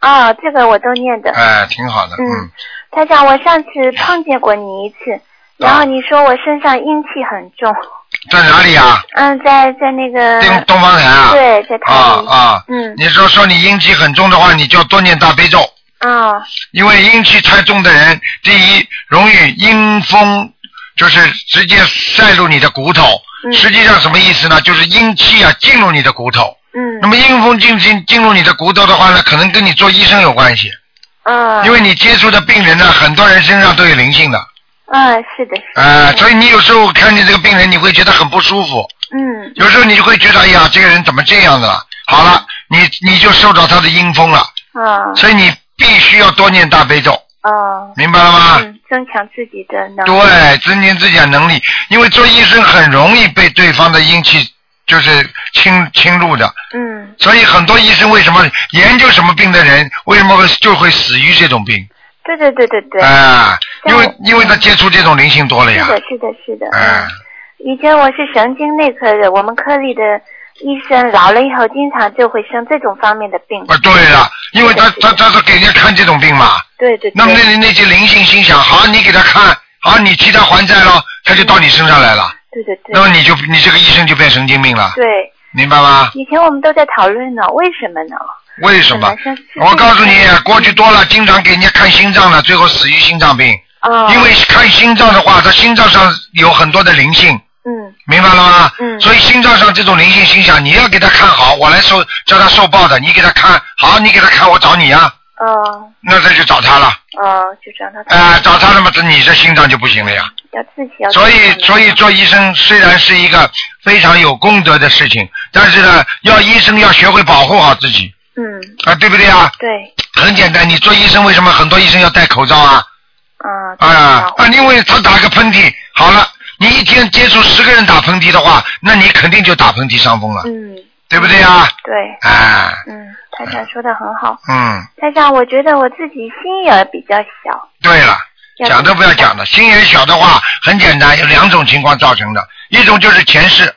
哦，这个我都念的。 哎，挺好的。 嗯，台长，我上次碰见过你一次，然后你说我身上阴气很重。 在哪里啊？ 嗯，在在那个东东方台啊。 对，在台里。 啊啊。 嗯。 你说说你阴气很重的话，你就要多念大悲咒。 啊。 因为阴气太重的人，第一容易阴风，就是直接晒入你的骨头。嗯。实际上什么意思呢？就是阴气啊进入你的骨头。嗯。那么阴风进进进入你的骨头的话呢，可能跟你做医生有关系。啊。因为你接触的病人呢，很多人身上都有灵性的。 啊，是的，是的。 啊，所以你有时候看见这个病人，你会觉得很不舒服。嗯。有时候你就会觉得，哎呀，这个人怎么这样的了？好了，你你就受到他的阴风了。啊。所以你必须要多念大悲咒。哦。明白了吗？ 嗯，增强自己的能力。 对，增强自己的能力，因为做医生很容易被对方的阴气就是侵侵入的。嗯。所以很多医生为什么研究什么病的人，为什么会就会死于这种病？ 对对对对对。 啊，因为因为他接触这种灵性多了呀。 是的，是的，是的。嗯。以前我是神经内科的，我们科里的医生老了以后，经常就会生这种方面的病。 啊，对了，因为他他他是给人家看这种病嘛。 对对对。 那么那那些灵性心想，好，你给他看，好，你替他还债了，他就到你身上来了。 对对对。 那么你就你这个医生就变神经病了。 对。 明白吗？ 以前我们都在讨论呢，为什么呢？ 为什么？我告诉你，过去多了，经常给人家看心脏了，最后死于心脏病。哦。因为看心脏的话，他心脏上有很多的灵性。嗯。明白了吗？嗯。所以心脏上这种灵性心想，你要给他看好，我来受叫他受报的，你给他看好，你给他看，我找你啊。哦。那这就找他了。 哦，就找他。 啊、呃，找他了嘛，你这心脏就不行了呀。 要自己要。 所以，所以做医生虽然是一个非常有功德的事情，但是呢，要医生要学会保护好自己。嗯。啊，对不对啊？ 对。 很简单，你做医生为什么很多医生要戴口罩啊？啊。啊啊！因为他打个喷嚏，好了，你一天接触十个人打喷嚏的话，那你肯定就打喷嚏伤风了。嗯。对不对啊？ 对。 啊。 嗯，台长说的很好。 嗯。 台长，我觉得我自己心眼比较小。 对了。讲都不要讲了，心眼小的话很简单，有两种情况造成的，一种就是前世，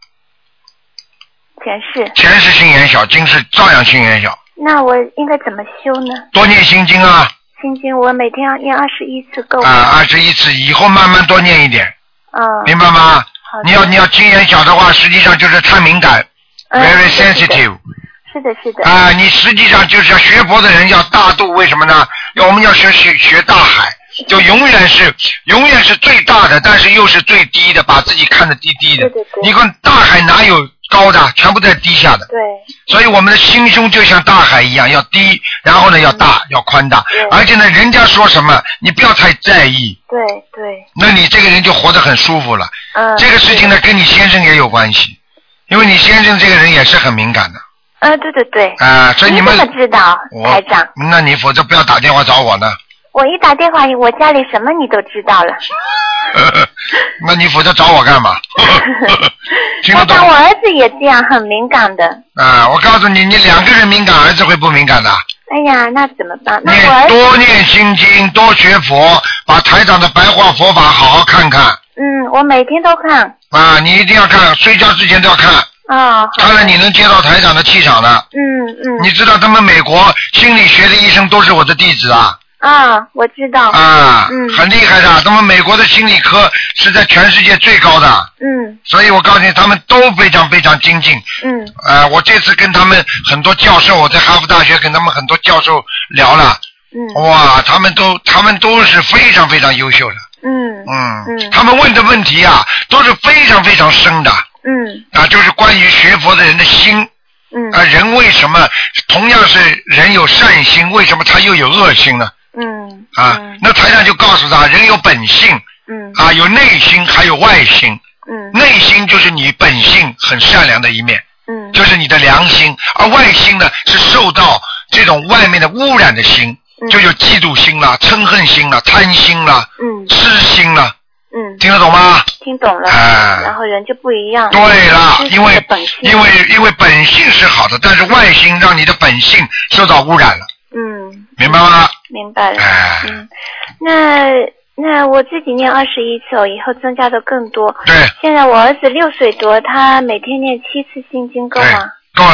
前世， 前世心眼小，今世照样心眼小。 那我应该怎么修呢？ 多念心经啊。 心经我每天要念二十一次够吗？ 啊，二十一次，以后慢慢多念一点。啊。明白吗？你要你要心眼小的话，实际上就是太敏感、嗯、，very sensitive。 是的，是的。 啊，你实际上就是要学佛的人要大度，为什么呢？要我们要学学学大海。就永远是永远是最大的，但是又是最低的，把自己看得低低的。 对对对。 你看大海哪有高的，全部在低下的。 对。 所以我们的心胸就像大海一样，要低，然后呢要大，嗯、要宽大。而且呢，人家说什么，你不要太在意。 对对。 那你这个人就活得很舒服了。嗯。这个事情呢，跟你先生也有关系，因为你先生这个人也是很敏感的。 啊，对对对。 啊，所以你们。 你怎么知道，台长？ 那你否则不要打电话找我呢。 我一打电话，我家里什么你都知道了。 那你否则找我干嘛？听得懂？ 我儿子也这样，很敏感的。 啊，我告诉你，你两个人敏感，儿子会不敏感的。 哎呀，那怎么办？那我儿子多念心经，多学佛，把台长的白话佛法好好看看。 嗯，我每天都看。 啊，你一定要看，睡觉之前都要看。 啊、哦。 看了你能接到台长的气场的。 嗯嗯。 你知道他们美国心理学的医生都是我的弟子啊。 啊，我知道。 啊，嗯，很厉害的。那么美国的心理科是在全世界最高的。嗯。所以我告诉你，他们都非常非常精进。嗯。呃，我这次跟他们很多教授，我在哈佛大学跟他们很多教授聊了。嗯。哇，他们都他们都是非常非常优秀的。嗯。嗯。嗯。他们问的问题啊，都是非常非常深的。嗯。啊，就是关于学佛的人的心。嗯。啊，人为什么同样是人有善心，为什么他又有恶心呢？嗯啊，嗯那台上就告诉他，人有本性，嗯啊，有内心还有外心，嗯，内心就是你本性很善良的一面，嗯，就是你的良心，而外心呢是受到这种外面的污染的心，嗯、就有嫉妒心啦、嗔恨心啦、贪心啦、嗯、痴心啦，嗯，听得懂吗？ 听懂了，啊，然后人就不一样。 对了，因为因为因为本性是好的，但是外心让你的本性受到污染了。嗯，明白吗？ 明白了。哎、嗯，那那我自己念二十一次，以后增加的更多。 对。 现在我儿子六岁多，他每天念七次心经够吗？ 够了。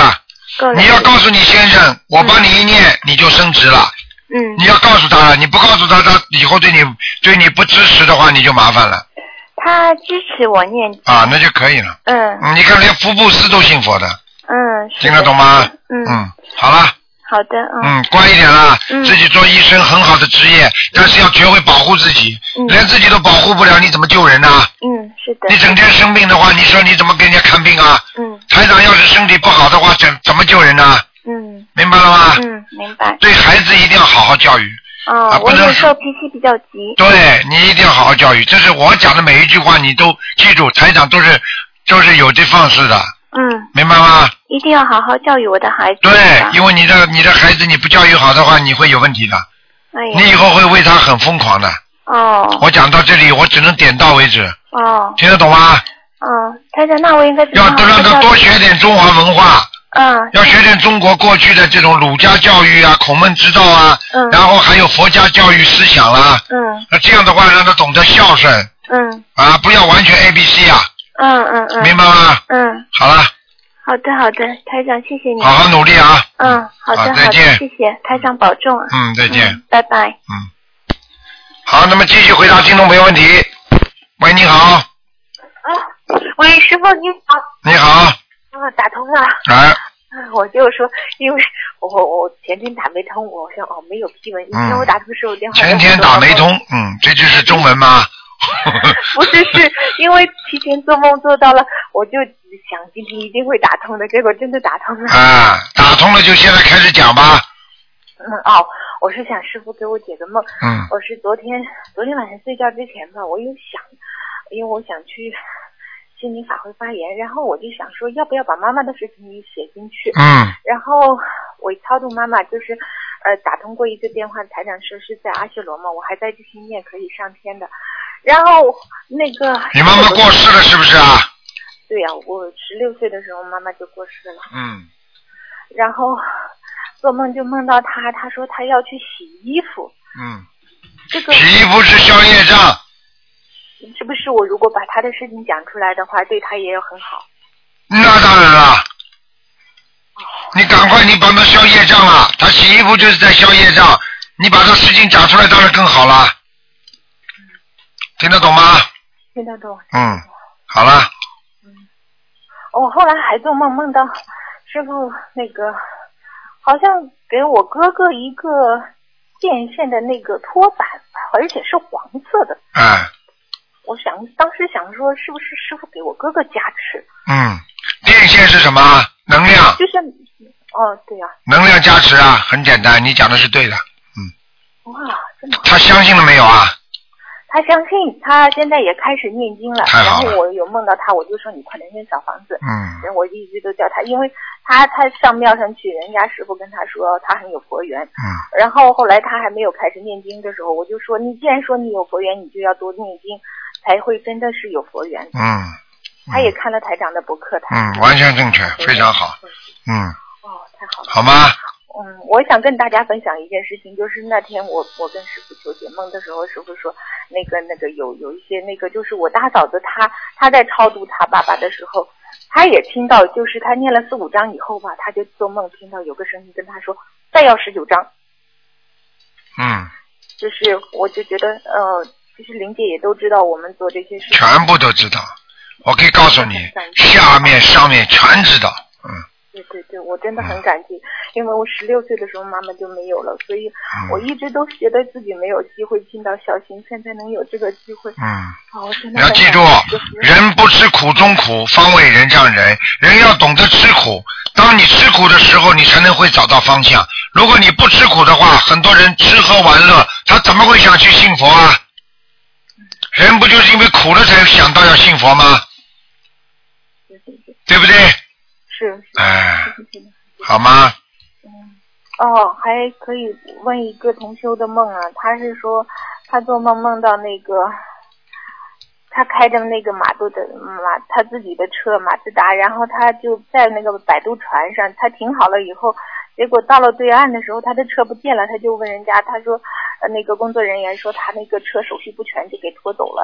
够了。 你要告诉你先生，我帮你一念，嗯、你就升职了。 嗯。 你要告诉他了，你不告诉他，他以后对你对你不支持的话，你就麻烦了。 他支持我念经。 啊，那就可以了。 嗯。 你看，连福布斯都信佛的。 嗯。 听得懂吗？ 嗯。 嗯，好了。 好的，嗯。 嗯，乖一点啦。 嗯。 自己做医生很好的职业，但是要学会保护自己。嗯。连自己都保护不了，你怎么救人呢？ 嗯，是的。 你整天生病的话，你说你怎么给人家看病啊？ 嗯。 台长要是身体不好的话，怎怎么救人呢？ 嗯。 明白了吗？ 嗯，明白。 对孩子一定要好好教育。 哦， 啊、 我有时候脾气比较急。 对，你一定要好好教育。这是我讲的每一句话，你都记住，台长都是都是有这方式的。 嗯。 明白吗？ 一定要好好教育我的孩子。 对，因为你的你的孩子你不教育好的话，你会有问题的。 哎呀。 你以后会为他很疯狂的。 哦。 我讲到这里，我只能点到为止。 哦。 听得懂吗？ 哦，台长，那我应该怎么要让他多学点中华文化。 嗯。 要学点中国过去的这种儒家教育啊，孔孟之道啊。 嗯。 然后还有佛家教育思想啦。 嗯。 那这样的话，让他懂得孝顺。 嗯。 啊，不要完全 A B C 啊。 嗯嗯嗯。 明白吗？ 嗯。 好了。 好的好的，台长谢谢你。 好好努力啊。 嗯，好的好的， 再见。 谢谢台长保重啊。 嗯，再见。 嗯、拜拜。 嗯。好，那么继续回答听众朋友问题。喂，你好。 啊，喂，师傅你好。 你好。 啊，打通了。 哎。 我就说，因为我我前天打没通，我想哦没有批文，以前我打通的时候电话。 前天打没通，嗯，这就是中文吗？ 不是，是因为提前做梦做到了，我就想今天一定会打通的，结果真的打通了。 啊，打通了就现在开始讲吧。 嗯哦，我是想师傅给我解个梦。 嗯。 我是昨天昨天晚上睡觉之前吧，我有想，因为我想去心灵法会发言，然后我就想说要不要把妈妈的事情也写进去。 嗯。 然后我超度妈妈，就是呃打通过一个电话，台长说是在阿修罗嘛，我还在继续念可以上天的。然后那个你妈妈过世了是不是啊？ 对呀、啊，我十六岁的时候妈妈就过世了。 嗯。 然后做梦就梦到她，她说她要去洗衣服。 嗯。 这个洗衣服是消业障。 是不是我如果把她的事情讲出来的话，对她也有很好？ 那当然了。你赶快，你帮她消业障了。她洗衣服就是在消业障，你把她事情讲出来，当然更好了。听得懂吗？ 听得懂。 嗯，好了。 嗯，我后来还做梦，梦到师傅那个好像给我哥哥一个电线的那个托板，而且是黄色的。 哎。 我想当时想说，是不是师傅给我哥哥加持？ 嗯，电线是什么？能量。 就是，哦，对呀、啊。 能量加持啊，很简单，你讲的是对的。嗯。 哇，这么好。 他相信了没有啊？ 他相信，他现在也开始念经了。 太好了。 然后我有梦到他，我就说你快点念小房子。 嗯。 然后我一直都叫他，因为他他上庙上去，人家师傅跟他说他很有佛缘。 嗯。 然后后来他还没有开始念经的时候，我就说你既然说你有佛缘，你就要多念经，才会真的是有佛缘。 嗯。嗯他也看了台长的博客，他嗯，完全正确，非常好。嗯。 哦，太好了。 好吗？ 嗯，我想跟大家分享一件事情，就是那天我我跟师傅求解梦的时候，师傅说那个那个有有一些那个就是我大嫂子她她在超度她爸爸的时候，她也听到，就是她念了四五章以后吧，她就做梦听到有个声音跟她说再要十九章。 嗯。 就是我就觉得呃，其实玲姐也都知道我们做这些事情， 全部都知道，我可以告诉你，下面上面全知道。嗯。 对对对，我真的很感激，嗯、因为我十六岁的时候妈妈就没有了，所以我一直都觉得自己没有机会尽到孝心，现在能有这个机会。 嗯。 哦，真的。 你要记住，人不吃苦中苦，方为人上人。人要懂得吃苦，当你吃苦的时候，你才能会找到方向。如果你不吃苦的话，很多人吃喝玩乐，他怎么会想去信佛啊？人不就是因为苦了才想到要信佛吗？ 对对对。 对不对？ 是。 哎，好吗？ 嗯。哦，还可以问一个同修的梦啊，他是说他做梦梦到那个他开着那个马都的马他自己的车马自达，然后他就在那个摆渡船上，他停好了以后，结果到了对岸的时候他的车不见了，他就问人家，他说呃那个工作人员说他那个车手续不全就给拖走了，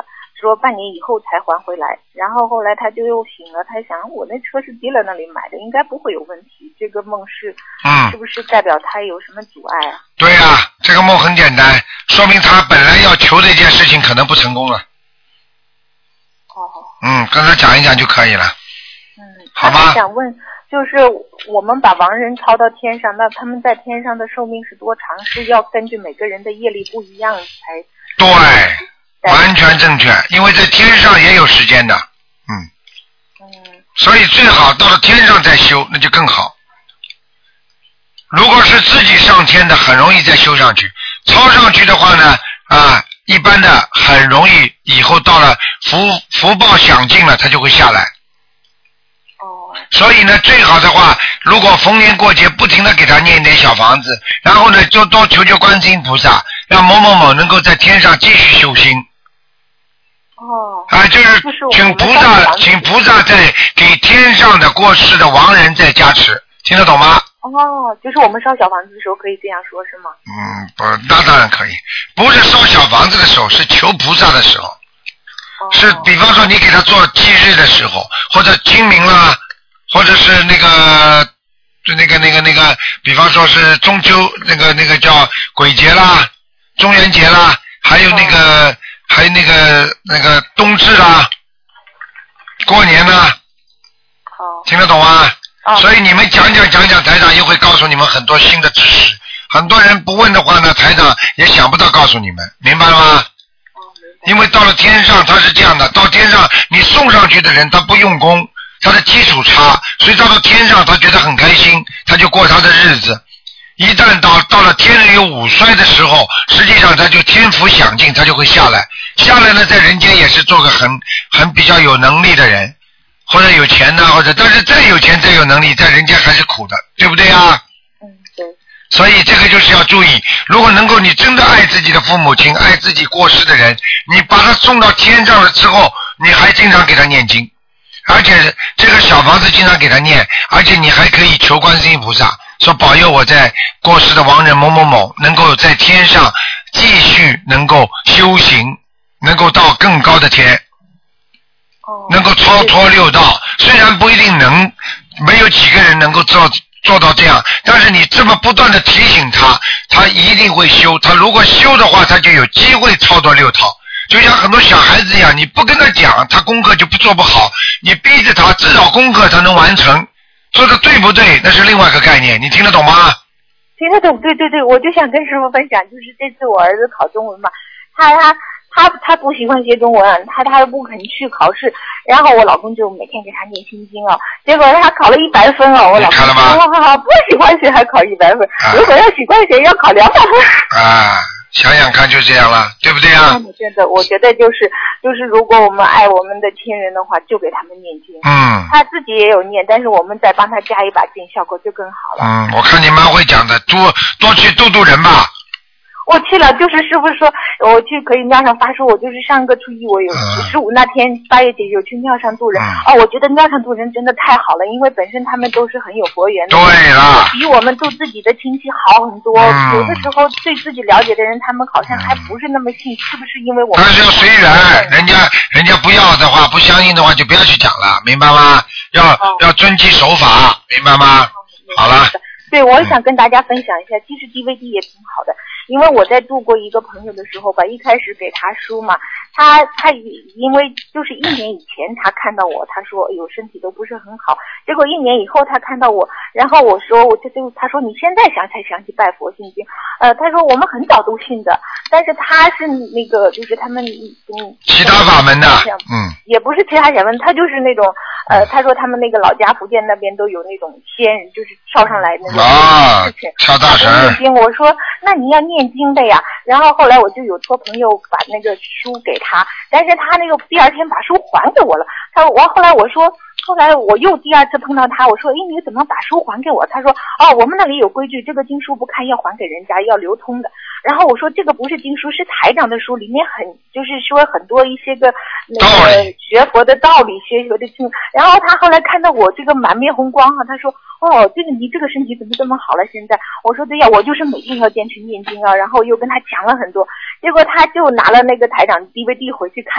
说半年以后才还回来，然后后来他就又醒了，他想我那车是迪勒那里买的，应该不会有问题。这个梦是， 嗯， 是不是代表他有什么阻碍啊？ 对呀、啊，这个梦很简单，说明他本来要求的一件事情可能不成功了。 哦。 嗯，跟他讲一讲就可以了。 嗯， 好吗？ 想问，就是我们把亡人抄到天上，那他们在天上的寿命是多长？是要根据每个人的业力不一样才？ 对。完全正确，因为在天上也有时间的，嗯，嗯，所以最好到了天上再修，那就更好。如果是自己上天的，很容易再修上去；抄上去的话呢，啊，一般的很容易以后到了福福报享尽了，它就会下来。 哦。 所以呢，最好的话，如果逢年过节不停的给他念一点小房子，然后呢，就多求求观世音菩萨，让某某某能够在天上继续修心。 哦， 啊，就是请菩萨，请菩萨在给天上的过世的亡人在加持，听得懂吗？ 哦，就是我们烧小房子的时候可以这样说，是吗？ 嗯，不，那当然可以，不是烧小房子的时候，是求菩萨的时候，哦、是比方说你给他做忌日的时候，或者清明啦，或者是那个，就那个那个那个，比方说是中秋那个那个叫鬼节啦、中元节啦，还有那个。哦还有那个那个冬至啦，过年啦， 哦， 听得懂吗？ 哦， 所以你们讲讲讲讲，台长又会告诉你们很多新的知识。很多人不问的话呢，台长也想不到告诉你们，明白了吗？ 哦， 因为到了天上，他是这样的，到天上你送上去的人他不用功，他的基础差，所以到了天上他觉得很开心，他就过他的日子。一旦到到了天人有五衰的时候，实际上他就天福享尽，他就会下来。下来呢，在人间也是做个很很比较有能力的人，或者有钱呢，或者但是再有钱再有能力，在人间还是苦的，对不对啊？ 嗯，对。 所以这个就是要注意，如果能够你真的爱自己的父母亲，爱自己过世的人，你把他送到天上了之后，你还经常给他念经，而且这个小房子经常给他念，而且你还可以求观世音菩萨。说保佑我在过世的亡人某某某能够在天上继续能够修行，能够到更高的天，能够超脱六道。虽然不一定能，没有几个人能够做做到这样，但是你这么不断的提醒他，他一定会修。他如果修的话，他就有机会超脱六道。就像很多小孩子一样，你不跟他讲，他功课就不做不好，你逼着他，至少功课他能完成。说的对不对？那是另外一个概念，你听得懂吗？ 听得懂，对对对，我就想跟师傅分享，就是这次我儿子考中文嘛，他他他他不喜欢学中文，他他不肯去考试，然后我老公就每天给他念心经哦，结果他考了一百分哦，我老公说哇，不喜欢学还考一百分，啊、如果要喜欢学要考两百分。 啊。想想看就这样了，对不对啊？ 真的，我觉得就是就是，如果我们爱我们的亲人的话，就给他们念经。 嗯。 他自己也有念，但是我们再帮他加一把劲，效果就更好了。 嗯，我看你蛮会讲的，多多去度度人吧。 我去了，就是师傅说我去可以庙上发书，我就是上个初一我有十五、嗯、那天八月节有去庙上度人、嗯、哦，我觉得庙上度人真的太好了，因为本身他们都是很有佛缘的， 对了， 比我们度自己的亲戚好很多、嗯、有的时候对自己了解的人他们好像还不是那么信、嗯、是不是因为我们但是要随缘，人家人家不要的话不相信的话就不要去讲了，明白吗？要、哦、要遵纪守法，明白吗？好了， 对，我想跟大家分享一下，其实 D V D 也挺好的，因为我在度过一个朋友的时候吧，一开始给他书嘛，他他因为就是一年以前他看到我，他说哎呦身体都不是很好，结果一年以后他看到我，然后我说我就就他说你现在想才想起拜佛信经，呃他说我们很早都信的，但是他是那个就是他们嗯其他法门的，嗯也不是其他法门，他就是那种呃他说他们那个老家福建那边都有那种仙人就是跳上来那种事情， 跳大神。 我说那你要念经的呀，然后后来我就有托朋友把那个书给他，但是他那个第二天把书还给我了，他我后来我说后来我又第二次碰到他，我说哎你怎么把书还给我？他说哦我们那里有规矩，这个经书不看要还给人家，要流通的。然后我说这个不是经书，是台长的书，里面很就是说很多一些个那个学佛的道理，学佛的经。然后他后来看到我这个满面红光啊，他说哦这个你这个身体怎么这么好了现在？我说对呀，我就是每天要坚持念经啊，然后又跟他讲了很多，结果他就拿了那个台长 D V D 回去看，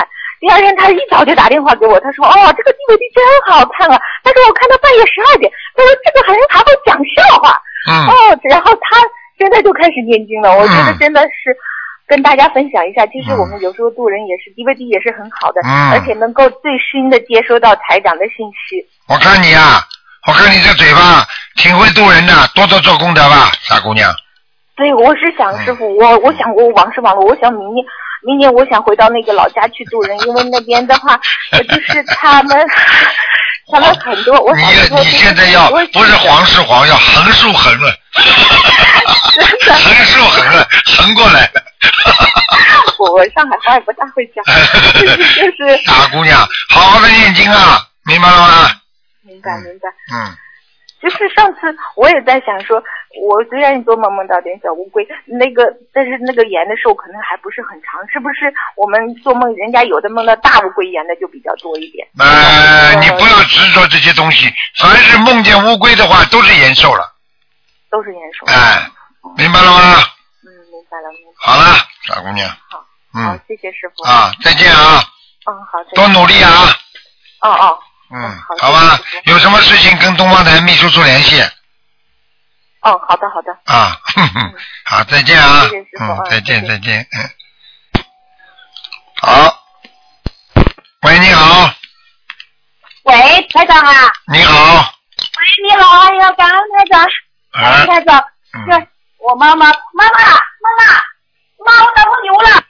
第二天他一早就打电话给我，他说哦这个 D V D 真好看啊，但是我看到半夜十二点，他说这个好像还会讲笑话， 嗯， 哦，然后他现在就开始念经了，我觉得真的是跟大家分享一下，其实我们有时候渡人也是、嗯、D V D 也是很好的、嗯，而且能够最新的接收到台长的信息。 我看你啊，我看你这嘴巴挺会渡人的，多多做功德吧，傻姑娘。 对，我是想师傅，我我想我往是往了，我想明年明年我想回到那个老家去渡人，因为那边的话，就是他们他们很多。我你你现在要不是黄是黄，要横竖横了，横竖横了，横过来了。 我上海话也不大会讲，就是就是。 傻姑娘，好好的念经啊，明白了吗？ 明白明白。 嗯。 就是上次我也在想说，我虽然做梦梦到点小乌龟，那个但是那个延的寿可能还不是很长，是不是我们做梦人家有的梦到大乌龟延的就比较多一点？ 呃，你不要执着这些东西，凡是梦见乌龟的话都是延寿了。 都是延寿。 哎，明白了吗？ 嗯，明白了，明白了。 好了，傻姑娘。 好。 嗯。 好，谢谢师傅。 啊，再见啊。 嗯，好。 多努力啊。 哦哦。 嗯，好吧，有什么事情跟东方台秘书处联系。 哦，好的好的。 啊，哼哼，好，再见啊。 谢谢师傅。 嗯，再见再见，嗯。好。喂，你好。 喂，台长啊。 你好。 喂，你好，哎呀，感恩台长。感恩台长。嗯。我妈妈，妈妈，妈妈，妈，我打过牛了。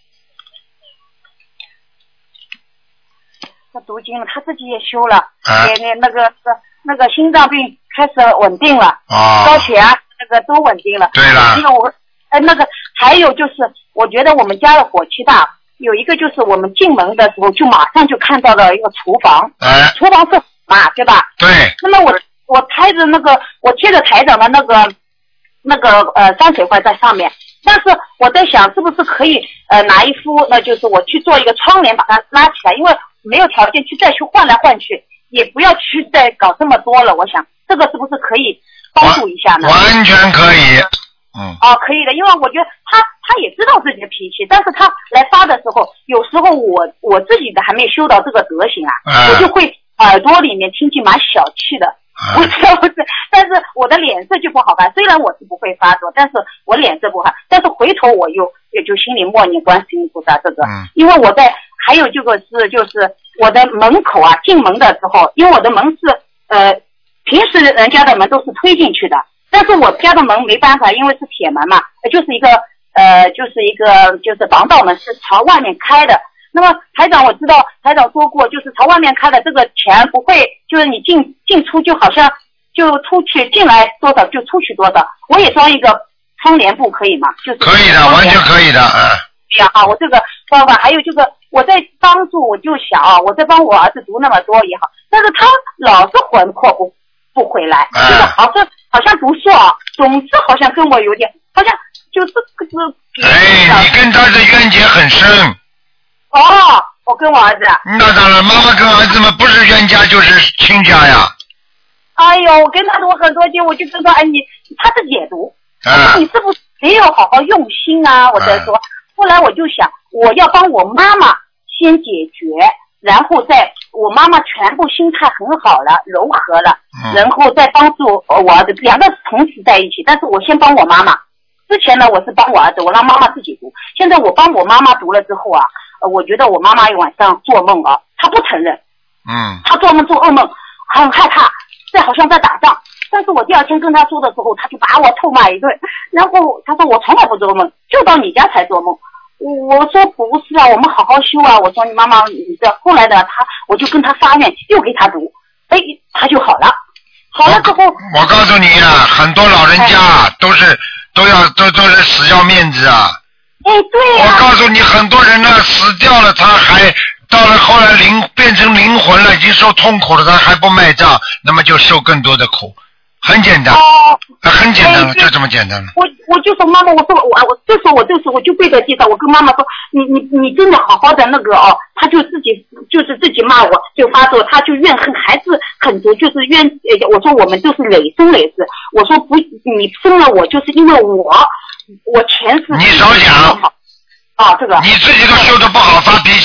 读经了，他自己也修了， 啊、 也那那个那个心脏病开始稳定了， 啊、 高血压那个都稳定了。 对了。 那个我，呃，那个还有就是，我觉得我们家的火气大，有一个就是我们进门的时候就马上就看到了一个厨房， 哎， 厨房是嘛，对吧？ 对。 那么我我开着那个我贴着台长的那个那个呃山水画在上面，但是我在想是不是可以呃拿一幅，那就是我去做一个窗帘把它拉起来，因为没有条件去再去换来换去，也不要去再搞这么多了。我想这个是不是可以帮助一下呢？ 完全可以。嗯。 哦，可以的，因为我觉得他他也知道自己的脾气，但是他来发的时候，有时候我我自己的还没修到这个德行啊， 嗯、 我就会耳朵里面听起蛮小气的。 嗯、 我知道不是，但是我的脸色就不好看。虽然我是不会发作，但是我脸色不好，但是回头我又也就心里默念观世音菩萨这个， 嗯、 因为我在。还有这个是就是我的门口啊，进门的时候，因为我的门是呃平时人家的门都是推进去的，但是我家的门没办法，因为是铁门嘛，就是一个呃就是一个就是防盗门，是朝外面开的。那么台长我知道台长说过，就是朝外面开的这个钱不会，就是你进进出就好像就出去进来多少就出去多少。我也装一个窗帘布可以吗？就是可以的，完全可以的，嗯。 对呀，啊，我这个方法还有这个，我在帮助，我就想啊，我在帮我儿子读那么多也好，但是他老是魂魄不不回来， 嗯、 就是好像好像读书啊，总是好像跟我有点，好像就这个是。 哎，你跟他的冤结很深。 哦，我跟我儿子。 那当然，妈妈跟儿子们不是冤家就是亲家呀。 哎呦，我跟他读很多经，我就跟他哎你，他是解读， 嗯、 你是不是没有好好用心啊？我在说。嗯后来我就想，我要帮我妈妈先解决，然后再我妈妈全部心态很好了，柔和了， 嗯、 然后再帮助我儿子，两个同时在一起。但是我先帮我妈妈，之前呢我是帮我儿子，我让妈妈自己读。现在我帮我妈妈读了之后啊，呃，我觉得我妈妈晚上做梦啊，她不承认， 嗯， 她做梦做噩梦，很害怕，在好像在打仗。但是我第二天跟他说的时候，他就把我臭骂一顿，然后他说我从来不做梦，就到你家才做梦。我说不是啊，我们好好修啊。我说你妈妈，你这后来呢，他我就跟他发愿，又给他读，哎，他就好了。好了之后， 我告诉你啊，很多老人家、哎、都是都要都都是死要面子啊。 哎，对啊。我告诉你，很多人呢死掉了，他还。到了后来灵变成灵魂了，已经受痛苦了，他还不卖账，那么就受更多的苦。很简单， 哦， 很简单， 哎、 就这么简单了。 我我就说妈妈，我说我我这时候我这时候我就跪在地上，我跟妈妈说，你你你真的好好的那个哦，他就自己就是自己骂我，就发作，他就怨恨还是很多，就是怨。呃，我说我们都是累生累世，我说不，你生了我就是因为我我前世你少讲。 哦，这个你自己都修得不好，发脾气，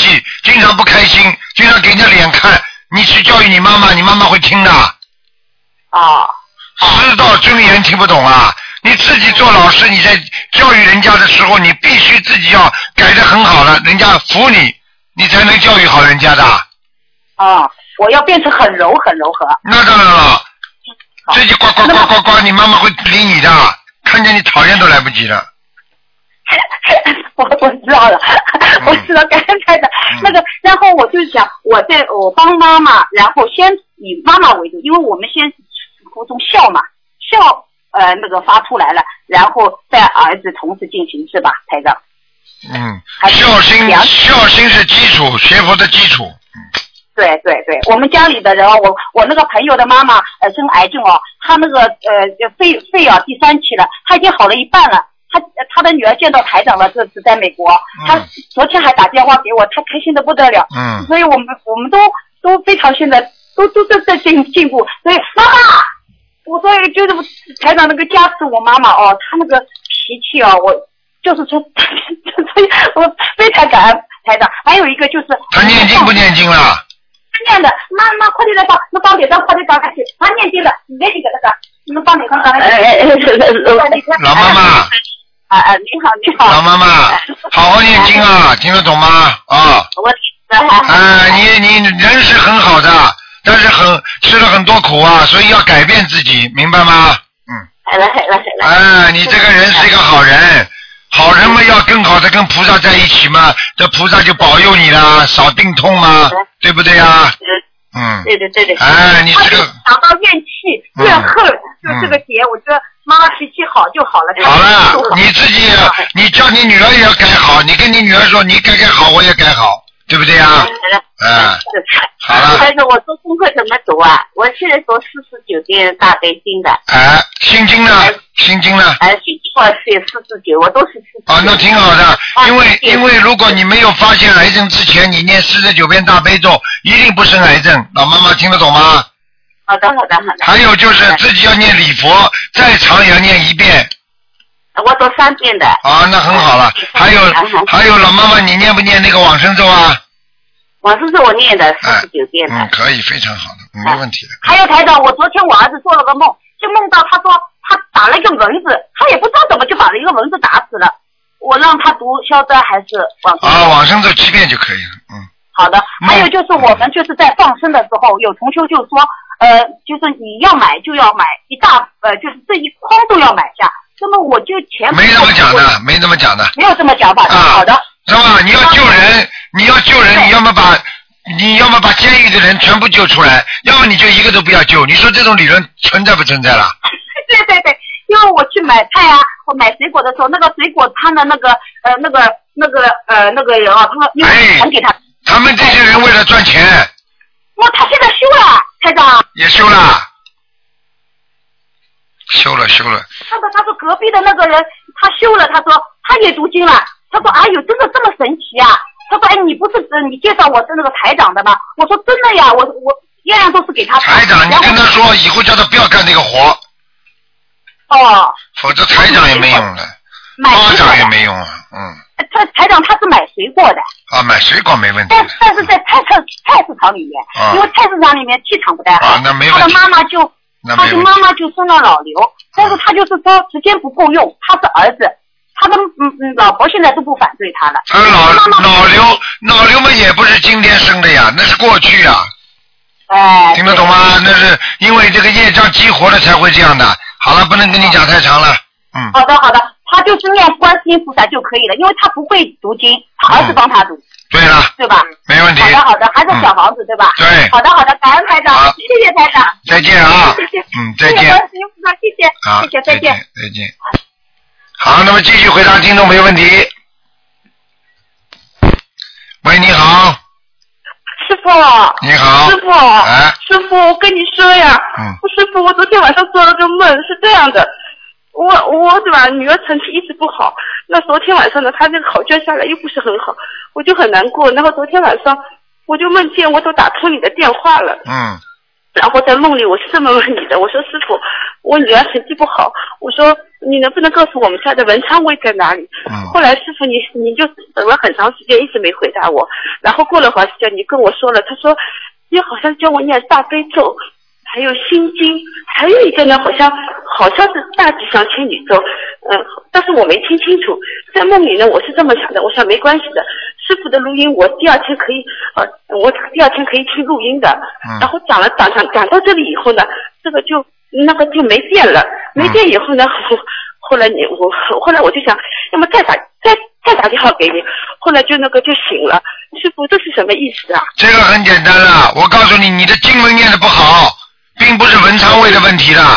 经常不开心，经常给人家脸看，你去教育你妈妈，你妈妈会听的。 啊。 师道尊严听不懂啊！你自己做老师，你在教育人家的时候，你必须自己要改得很好了，人家服你，你才能教育好人家的。 啊，我要变成很柔很柔和。 那当然了，自己呱呱呱呱呱，你妈妈会理你的，看见你讨厌都来不及了。 我我知道了，嗯、我知道刚才的、嗯、那个，然后我就想，我在我帮妈妈，然后先以妈妈为主，因为我们先服从孝嘛，孝呃那个发出来了，然后在儿子同时进行，是吧，台长？ 嗯，孝心孝心是基础，学佛的基础。 对对对，我们家里的人哦，我我那个朋友的妈妈呃生癌症哦，她那个呃肺肺啊第三期了，她已经好了一半了。她她的女儿见到台长了，这次在美国，她昨天还打电话给我，她开心的不得了。嗯，所以我们我们都都非常现在都都在在进进步。所以妈妈，我说就是台长那个加持我妈妈哦，她那个脾气哦，我就是说，所以我非常感恩台长。还有一个就是她念经不念经了？ 念的，妈妈快点来帮，那帮点到快点赶快去，他念经的，你那个那个，你们帮点刚刚那个。 老妈妈。 啊啊，你好你好。 老妈妈，好好念经啊，听得懂吗？啊。 我听得。 哎，你你人是很好的，但是很吃了很多苦啊，所以要改变自己，明白吗？嗯。 好了好了好了。 哎，你这个人是一个好人。好人们要更好的跟菩萨在一起嘛，这菩萨就保佑你啦，少病痛嘛，对不对呀？嗯。 对对对对。 哎，你这个。 想到怨气、怨恨，就这个节，我觉得妈妈脾气好就好了。 好了，你自己，你叫你女儿也要改好，你跟你女儿说，你改改好，我也改好，对不对呀？嗯。好了。 但是我做功课怎么读啊？我现在读四十九遍大悲经的。 哎，心经呢？心经呢？ 哎，心经我是四十九，我都是四十九。 啊，那挺好的，因为因为如果你没有发现癌症之前，你念四十九遍大悲咒，一定不生癌症。老妈妈听得懂吗？ 好的，好的，好的。 还有就是自己要念礼佛，再长也要念一遍。 我读三遍的。 啊，那很好了。还有还有，老妈妈，你念不念那个往生咒啊？ 往生咒我念的四十九遍的。 嗯，可以，非常好的，没问题的。 还有台长，我昨天我儿子做了个梦，就梦到他说他打了一个蚊子，他也不知道怎么就把一个蚊子打死了。我让他读消灾还是往生咒？ 啊，往生咒七遍就可以了。嗯。 好的。还有就是我们就是在放生的时候，有同修就说，呃，就是你要买就要买一大，呃，就是这一筐都要买下。那么我就钱没那么讲的，没那么讲的。 没有这么讲法的。 啊， 好的。 是吧？你要救人，你要救人，你要么把，你要么把监狱的人全部救出来，要么你就一个都不要救。你说这种理论存在不存在了？ 对对对，因为我去买菜啊，我买水果的时候，那个水果摊的那个呃那个那个呃那个人啊，他因为钱给他。 他们这些人为了赚钱。 哇，他现在修了，台长。 也修了。修了修了。 他说他说隔壁的那个人他修了，他说他也读经了。他说：“哎呦，真的这么神奇啊！”他说：“哎，你不是你介绍我是那个台长的吗？”我说：“真的呀，我我样样都是给他。” 台长，你跟他说以后叫他不要干这个活。 哦。 否则台长也没用了，巴掌也没用啊，嗯。 他台长他是买水果的。 啊，买水果没问题。 但但是在菜菜菜市场里面， 啊、 因为菜市场里面气场不太好， 啊、那没问题。 他的妈妈就他的妈妈就生了老瘤，但是他就是说时间不够用，他是儿子。他的嗯嗯老婆现在都不反对他了。 他老老瘤老瘤们也不是今天生的呀，那是过去呀。 哎。 听得懂吗？那是因为这个业障激活了才会这样的。好了，不能跟你讲太长了。嗯。 好的好的，他就是念观世音菩萨就可以了，因为他不会读经，他儿子帮他读。 嗯、对了。 对吧？ 没问题。 好的好的，还是小房子、嗯、对吧？ 对。 好的好的，感恩台长，谢谢台长。 再见啊。 谢谢。 嗯，再见。 谢谢观世音菩萨，谢谢。 好， 谢谢，再见。 再见。好，那么继续回答听众没问题。喂，你好。 师傅。 你好。 师傅。 哎。 师傅，我跟你说呀。 嗯。 师傅，我昨天晚上做了个梦，是这样的，我我对吧，女儿成绩一直不好，那昨天晚上呢，她那个考卷下来又不是很好，我就很难过。然后昨天晚上我就梦见我都打通你的电话了。 嗯。 然后在梦里我是这么问你的，我说师傅，我女儿成绩不好，我说你能不能告诉我们家的文昌位在哪里？ 嗯、 后来师傅你你就等了很长时间一直没回答我，然后过了会儿时间你跟我说了，他说你好像教我念大悲咒，还有心经，还有一个呢好像好像是大吉祥天女咒，嗯、呃，但是我没听清楚。在梦里呢我是这么想的，我想没关系的，师傅的录音我第二天可以呃，我第二天可以听录音的。 嗯、 然后讲了讲讲讲到这里以后呢，这个就那个就没电了，没电以后呢，后后来你我后来我就想，要么再打再再打电话给你，后来就那个就醒了。师傅这是什么意思啊？ 这个很简单了，我告诉你，你的经文念得不好，并不是文昌位的问题了。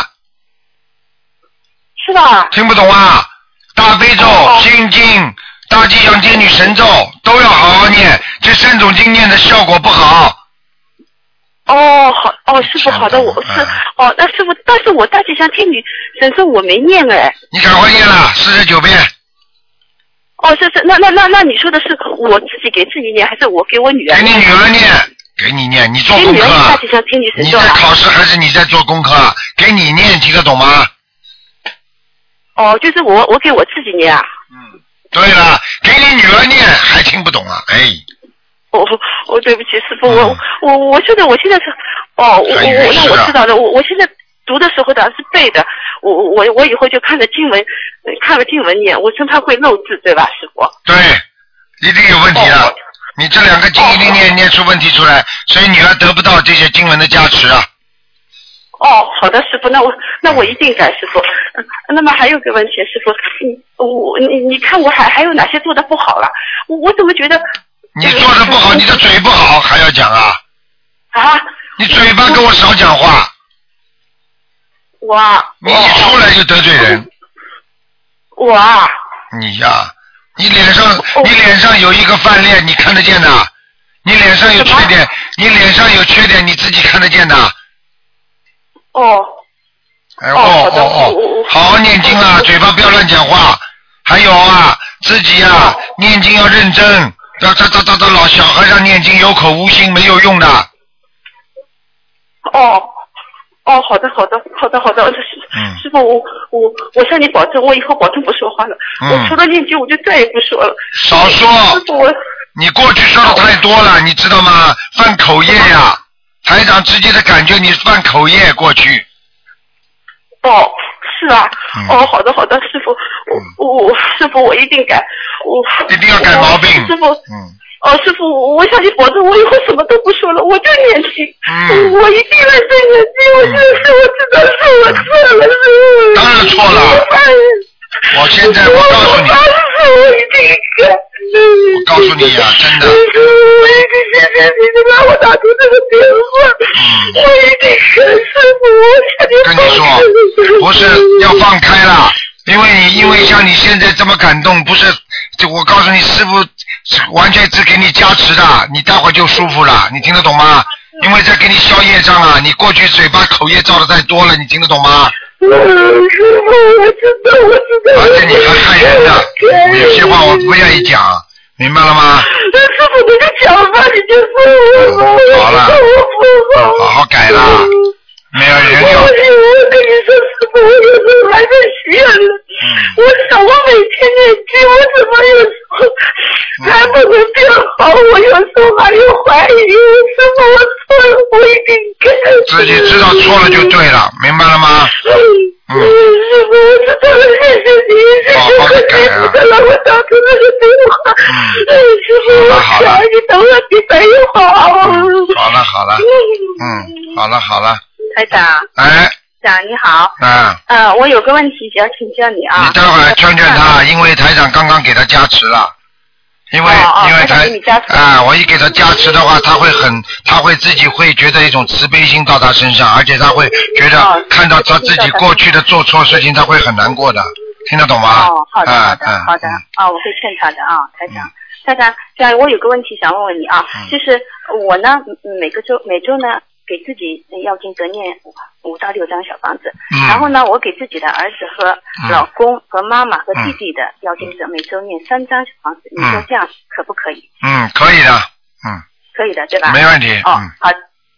是吧？ 听不懂啊？大悲咒、哦、心经、大吉祥天女神咒都要好好念，这三种经念的效果不好。 哦，好，哦，师傅，好的，我是、嗯、哦，那师傅，但是我大吉祥天女神咒我没念哎。 你赶快念了，四十九遍。 哦，是是，那那那那你说的是我自己给自己念，还是我给我女儿念？给你女儿念，给你念，你做功课。 给女儿念大吉祥天女神咒、啊。 你在考试还是你在做功课？给你念，听得懂吗？ 哦，就是我我给我自己念啊。 嗯，对了，给你女儿念还听不懂啊？哎。 我我对不起师傅，我我我现在我现在是哦，我我那我知道了，我我现在读的时候的是背的，我我我以后就看着经文，看着经文念，我生怕会漏字，对吧，师傅？ 对，一定有问题的，哦、你这两个经一定念、哦、念出问题出来，所以女儿得不到这些经文的加持啊。 哦，好的，师傅，那我那我一定改，师傅。嗯，那么还有个问题，师傅，你我你你看我还还有哪些做的不好了？我我怎么觉得？ 你做的不好，你的嘴不好，还要讲啊？ 啊？ 你嘴巴跟我少讲话。 我。 你一出来就得罪人。 我啊。 你呀，你脸上你脸上有一个饭链，你看得见的。你脸上有缺点，你脸上有缺点，你自己看得见的。 哦。 哎哦哦哦，好好念经啊，嘴巴不要乱讲话。还有啊，自己啊，念经要认真。要这这这这老小和尚念经有口无心没有用的。 哦，哦，好的，好的，好的，好的，师嗯、师傅，我我我向你保证，我以后保证不说话了。嗯、我除了念经，我就再也不说了。 少说。师傅，我你过去说的太多了，你知道吗？犯口业呀、啊，台长直接的感觉你犯口业过去。 哦。是啊，嗯、哦，好的好的，师傅，我我师傅我一定改，我一定要改毛病， 师傅，嗯，哦，师傅，我向你保证，我以后什么都不说了，我就念经，嗯，我一定认真念经，我就是我知道是我错了，是当然错了，我现在我告诉你， 我一定改。 我告诉你呀、啊，真的。 我一定谢谢你，你让我打出这个电话，嗯、我一定跟师傅， 跟你说，不是要放开了，因为你因为像你现在这么感动，不是，就我告诉你，师傅完全只给你加持的，你待会儿就舒服了，你听得懂吗？因为在给你消业障啊，你过去嘴巴口业造的太多了，你听得懂吗？ 嗯，师傅，我知道，我知道。 而且你还害人的，有些话我不愿意讲，明白了吗？ 师傅，你就讲吧，你就说我吧。 好了，好好改了，没有人有。 我跟你说，师傅，我有时候还在许愿呢。嗯、我想，我每天念经，我怎么有时候还不能变好？我有时候还有怀疑，师傅，我错了，我一定改。 自己知道错了就对了，明白了吗？ 嗯，师傅，我知道了，谢谢你，谢谢你，谢谢你让我打出那个电话。嗯，师傅，我想你等我几等一会儿。 好了好了，嗯，好了好了。 台长。 哎。 长你好。 啊。 呃，我有个问题想请教你啊。 你待会儿劝劝他，因为台长刚刚给他加持了。因为、哦哦、因为他啊，我一给他加持的话，他会很，他会自己会觉得一种慈悲心到他身上，而且他会觉得、哦、看到他自己过去的做错事情，他会很难过的，听得懂吗？ 哦，好的，好的，啊、好的，啊、哦，我会劝他的啊，台长，台长，这样我有个问题想问问你啊，嗯、就是我呢，每个周每周呢。给自己要经者念五到六张小房子，嗯、然后呢，我给自己的儿子和老公、嗯、和妈妈和弟弟的要经者每周念三张小房子，嗯、你说这样可不可以？ 嗯，可以的，嗯， 可以的，对吧？ 没问题。 哦， 嗯、 好，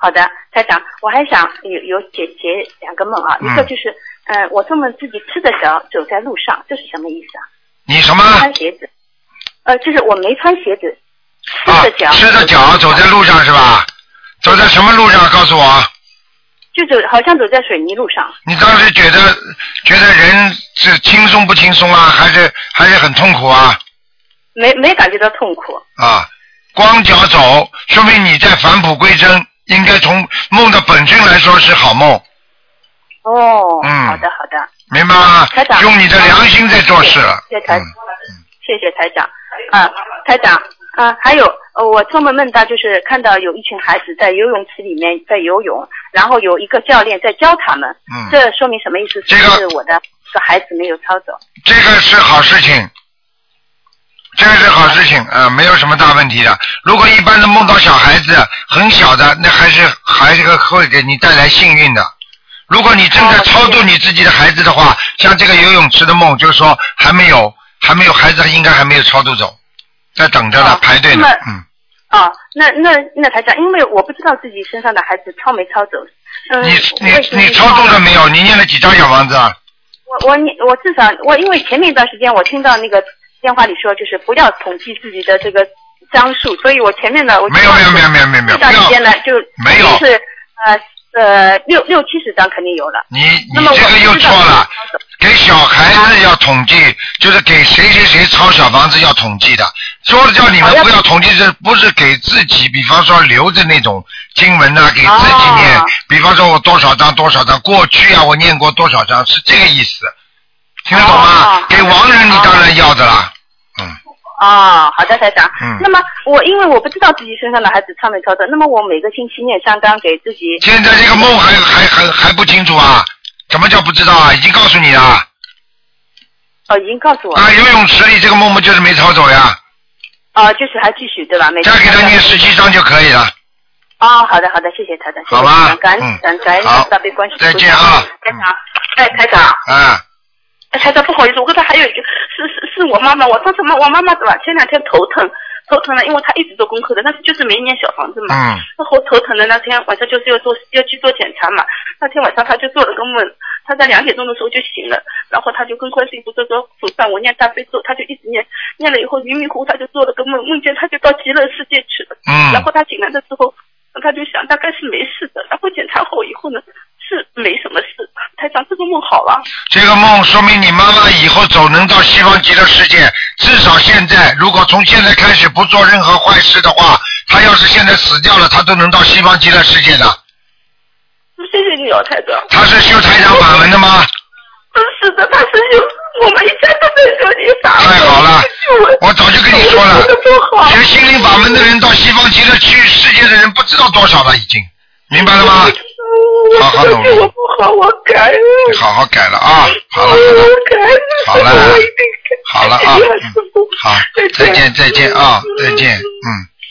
好的，台长，我还想有有解解两个梦啊，嗯、一个就是，嗯、呃，我做梦自己赤着脚走在路上，这是什么意思啊？ 你什么？ 没穿鞋子，呃，就是我没穿鞋子，赤着脚、 啊，赤着脚走在路上是吧？走在什么路上？告诉我。 就走，好像走在水泥路上。你当时觉得觉得人是轻松不轻松啊，还是还是很痛苦啊？ 没没感觉到痛苦。 啊，光脚走，说明你在返璞归真。应该从梦的本身来说是好梦。 哦， 嗯， 好的好的， 明白吗？ 台长， 用你的良心在做事。 谢谢台，嗯、谢谢台长。啊，台长，啊，还有，呃，我做梦梦到就是看到有一群孩子在游泳池里面在游泳，然后有一个教练在教他们。嗯，这说明什么意思？ 这个是我的个孩子没有抄走。 这个是好事情。这个是好事情，呃，没有什么大问题的。如果一般的梦到小孩子很小的，那还是还是个会给你带来幸运的。如果你正在超度你自己的孩子的话，像这个游泳池的梦，就是说还没有还没有孩子应该还没有超度走，在等着呢，排队呢。嗯。 啊，那那那台长，因为我不知道自己身上的孩子超没超走。嗯。 你你你超度了没有？你念了几张小房子啊？ 我我念我至少我因为前面一段时间我听到那个。电话里说就是不要统计自己的这个张数，所以我前面的我没有没有没有没有没有没有， 这段时间呢就没有是呃呃六六七十张肯定有了。 你你这个又错了，给小孩子要统计，就是给谁谁谁抄小房子要统计的。说了叫你们不要统计，这不是给自己，比方说留着那种经文啊，给自己念。哦、比方说我多少张多少张，过去啊我念过多少张，是这个意思。听得懂吗？哦、给亡人你当然要的啦。嗯。 哦，好的，台长。 嗯。 那么我因为我不知道自己身上的孩子抄没抄的，那么我每个星期念三张给自己。 现在这个梦还还还还不清楚啊？什么叫不知道啊？已经告诉你了。 哦，已经告诉我。 啊，游泳池里这个梦不就是没抄走呀？ 哦，就是还继续对吧？每再给他念十七张就可以了。 哦，好的好的，谢谢台长，谢谢好吧， 感恩感恩大悲观世音菩萨。 再见啊， 台长，哎，台长。 啊。 台长，不好意思，我刚才还有一个，是是是我妈妈，我当时妈我妈妈对吧？前两天头疼，头疼了，因为她一直做功课的，但是就是没念小房子嘛。 嗯。 然后头疼的那天晚上就是要做要去做检查嘛，那天晚上她就做了个梦，她在两点钟的时候就醒了，然后她就跟观世音菩萨说：“菩萨，我念大悲咒。”她就一直念，念了以后迷迷糊糊，她就做了个梦，梦见她就到极乐世界去了。 嗯。 然后她醒来的时候，她就想大概是没事的，然后检查后以后呢。是没什么事，台长，这个梦好了。 这个梦说明你妈妈以后走能到西方极乐世界，至少现在，如果从现在开始不做任何坏事的话，她要是现在死掉了，她都能到西方极乐世界的。 谢谢你哦，台长。 她是修台长法门的吗？ 是的，她是修，我们以前都在修你法门。 太好了，我早就跟你说了，学心灵法门的人到西方极乐去世界的人不知道多少了，已经，明白了吗？好好努力， 我不好，我改了。 你好好改了啊！好了，好了，好了啊！好，再见再见啊！再见，嗯。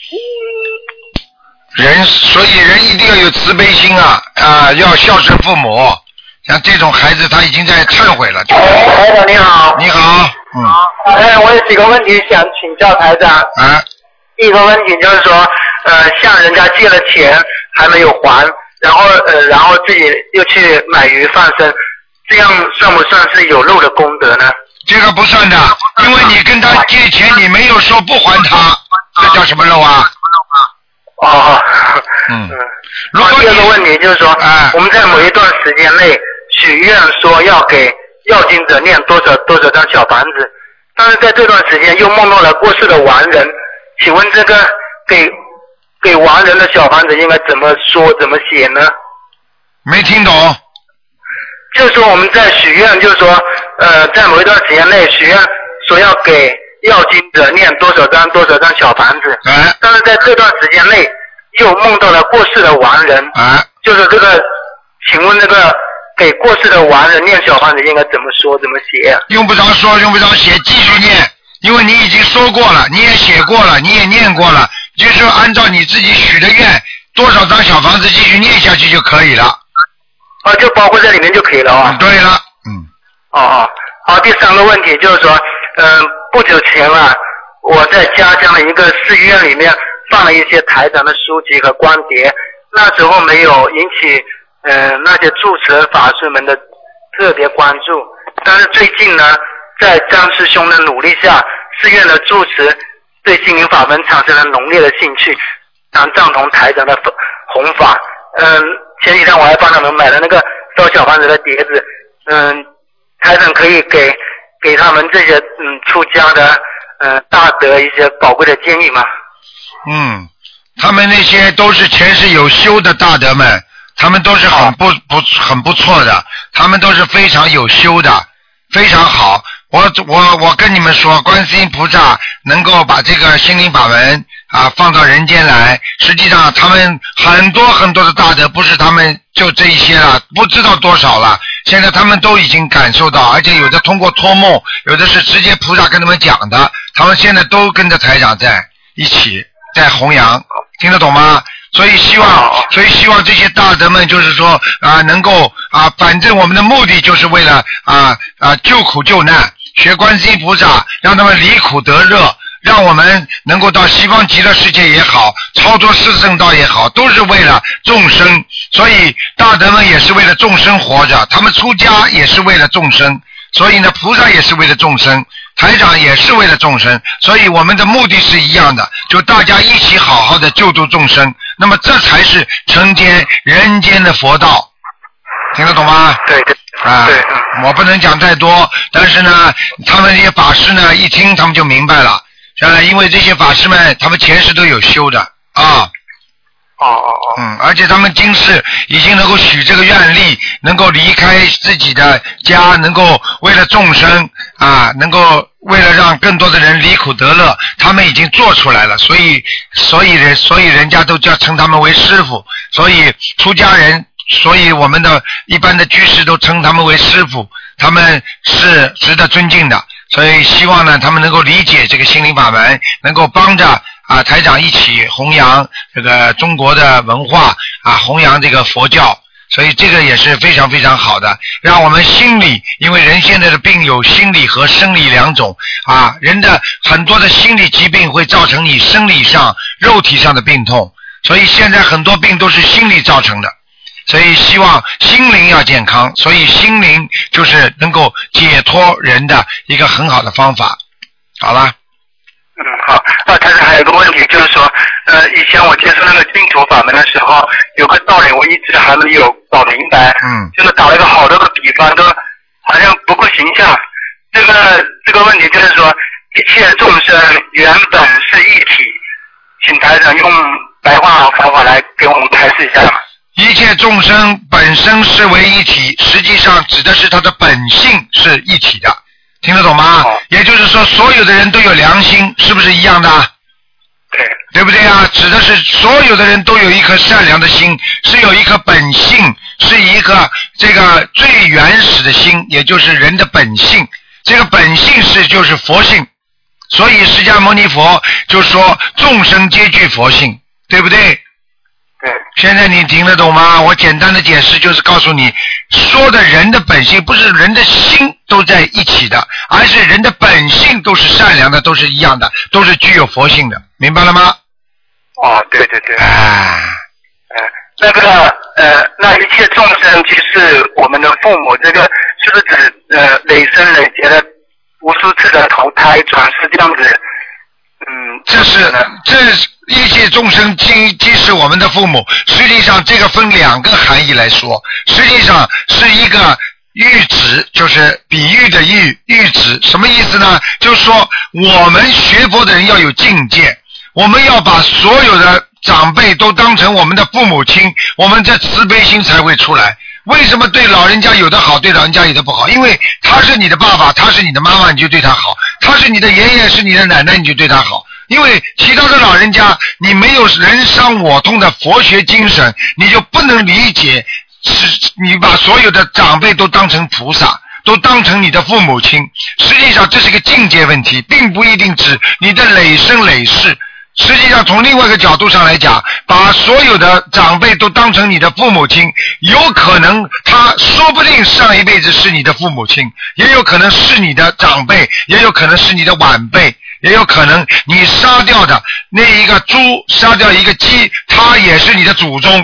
人，所以人一定要有慈悲心啊啊！要孝顺父母。像这种孩子，他已经在忏悔了。 台长你好。 你好。嗯。 哎，我有几个问题想请教台长。 啊。 第一个问题就是说，呃，向人家借了钱还没有还。然后呃，然后自己又去买鱼放生，这样算不算是有漏的功德呢？ 这个不算的，因为你跟他借钱，你没有说不还他，这叫什么漏啊？ 哦， 嗯。 如果第二个问题就是说，哎、我们在某一段时间内许愿说要给要经者念多少多少张小房子，但是在这段时间又梦到了过世的亡人，请问这个给？给亡人的小房子应该怎么说怎么写呢？ 没听懂。 就是说我们在许愿，就是说呃，在某一段时间内许愿说要给要经者念多少张多少张小房子， 哎， 但是在这段时间内又梦到了过世的亡人， 哎， 就是这个，请问这个给过世的亡人念小房子应该怎么说怎么写？ 用不着说，用不着写，继续念，因为你已经说过了，你也写过了，你也念过了。就是按照你自己许的愿，多少张小房子继续念下去就可以了。 啊，就包括在里面就可以了啊。 嗯、对了，嗯。 哦哦，好，第三个问题就是说，嗯、呃，不久前啊，我在家乡的一个寺院里面放了一些台长的书籍和光碟， 那时候没有引起嗯、呃、那些住持法师们的特别关注，但是最近呢，在张师兄的努力下，寺院的住持对心灵法门产生了浓烈的兴趣，想赞同台长的弘法。嗯，前几天我还帮他们买了那个烧小房子的碟子。嗯，台长可以给给他们这些嗯出家的呃大德一些宝贵的建议吗？ 嗯，他们那些都是前世有修的大德们，他们都是很不不很不错的，他们都是非常有修的，非常好。我我我跟你们说，观世音菩萨能够把这个心灵法门啊放到人间来，实际上他们很多很多的大德，不是他们就这一些了，不知道多少了。现在他们都已经感受到，而且有的通过托梦，有的是直接菩萨跟他们讲的，他们现在都跟着台长在一起在弘扬，听得懂吗？所以希望，所以希望这些大德们就是说啊，能够啊，反正我们的目的就是为了啊啊救苦救难，学观世音菩萨，让他们离苦得乐，让我们能够到西方极乐世界也好，操作四圣道也好，都是为了众生。所以大德们也是为了众生活着，他们出家也是为了众生，所以呢，菩萨也是为了众生，台长也是为了众生，所以我们的目的是一样的，就大家一起好好的救度众生，那么这才是承接人间的佛道，听得懂吗？ 对对啊，对，我不能讲太多，但是呢，他们这些法师呢，一听他们就明白了，啊，因为这些法师们，他们前世都有修的啊。 哦哦哦。 嗯，而且他们今世已经能够许这个愿力，能够离开自己的家，能够为了众生啊，能够为了让更多的人离苦得乐，他们已经做出来了，所以所以人所以人家都叫称他们为师父，所以出家人，所以我们的一般的居士都称他们为师父，他们是值得尊敬的，所以希望呢，他们能够理解这个心灵法门，能够帮着啊台长一起弘扬这个中国的文化啊，弘扬这个佛教，所以这个也是非常非常好的，让我们心理，因为人现在的病有心理和生理两种啊，人的很多的心理疾病会造成你生理上肉体上的病痛，所以现在很多病都是心理造成的，所以希望心灵要健康，所以心灵就是能够解脱人的一个很好的方法。好了。 嗯，好。啊，但是还有一个问题，就是说，呃，以前我接触那个净土法门的时候，有个道理我一直还没有搞明白。 嗯。 就是打了一个好多个比方，都好像不够形象。这个这个问题就是说，一切众生原本是一体，请台长用白话方法来给我们开示一下嘛。 一切众生本身是为一体，实际上指的是他的本性是一体的，听得懂吗？哦、也就是说，所有的人都有良心，是不是一样的？ 对， 对不对啊？指的是所有的人都有一颗善良的心，是有一颗本性，是一个这个最原始的心，也就是人的本性。这个本性是就是佛性，所以释迦牟尼佛就说众生皆具佛性，对不对？现在你听得懂吗？我简单的解释就是告诉你，说的人的本性不是人的心都在一起的，而是人的本性都是善良的，都是一样的，都是具有佛性的，明白了吗？ 哦，对对对。 啊， 呃，那个呃，那一切众生即是我们的父母，这个是不是指呃累生累劫的无数次的投胎转世这样子？嗯， 这是这是一切众生即即是我们的父母，实际上这个分两个含义来说，实际上是一个喻指，就是比喻的喻喻指，什么意思呢？就是说我们学佛的人要有境界，我们要把所有的长辈都当成我们的父母亲，我们这慈悲心才会出来。为什么对老人家有的好，对老人家有的不好？因为他是你的爸爸，他是你的妈妈，你就对他好；他是你的爷爷，是你的奶奶，你就对他好。因为其他的老人家，你没有人伤我痛的佛学精神，你就不能理解，你把所有的长辈都当成菩萨，都当成你的父母亲。实际上这是个境界问题，并不一定指你的累生累世。实际上从另外一个角度上来讲，把所有的长辈都当成你的父母亲，有可能他说不定上一辈子是你的父母亲，也有可能是你的长辈，也有可能是你的晚辈，也有可能你杀掉的那一个猪，杀掉一个鸡，他也是你的祖宗，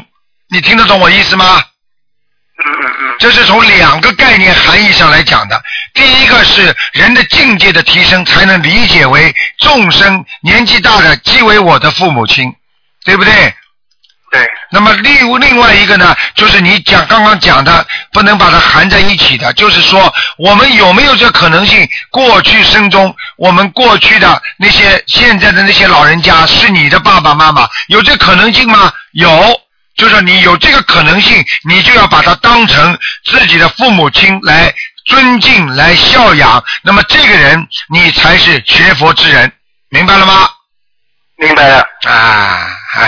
你听得懂我意思吗？ 嗯嗯嗯。 这是从两个概念含义上来讲的。第一个是人的境界的提升，才能理解为众生年纪大的即为我的父母亲，对不对？ 对。 那么另另外一个呢，就是你讲刚刚讲的，不能把它含在一起的，就是说我们有没有这可能性？过去生中，我们过去的那些现在的那些老人家是你的爸爸妈妈，有这可能性吗？有。就是你有这个可能性，你就要把它当成自己的父母亲来尊敬、来孝养，那么这个人你才是学佛之人，明白了吗？ 明白了。 啊，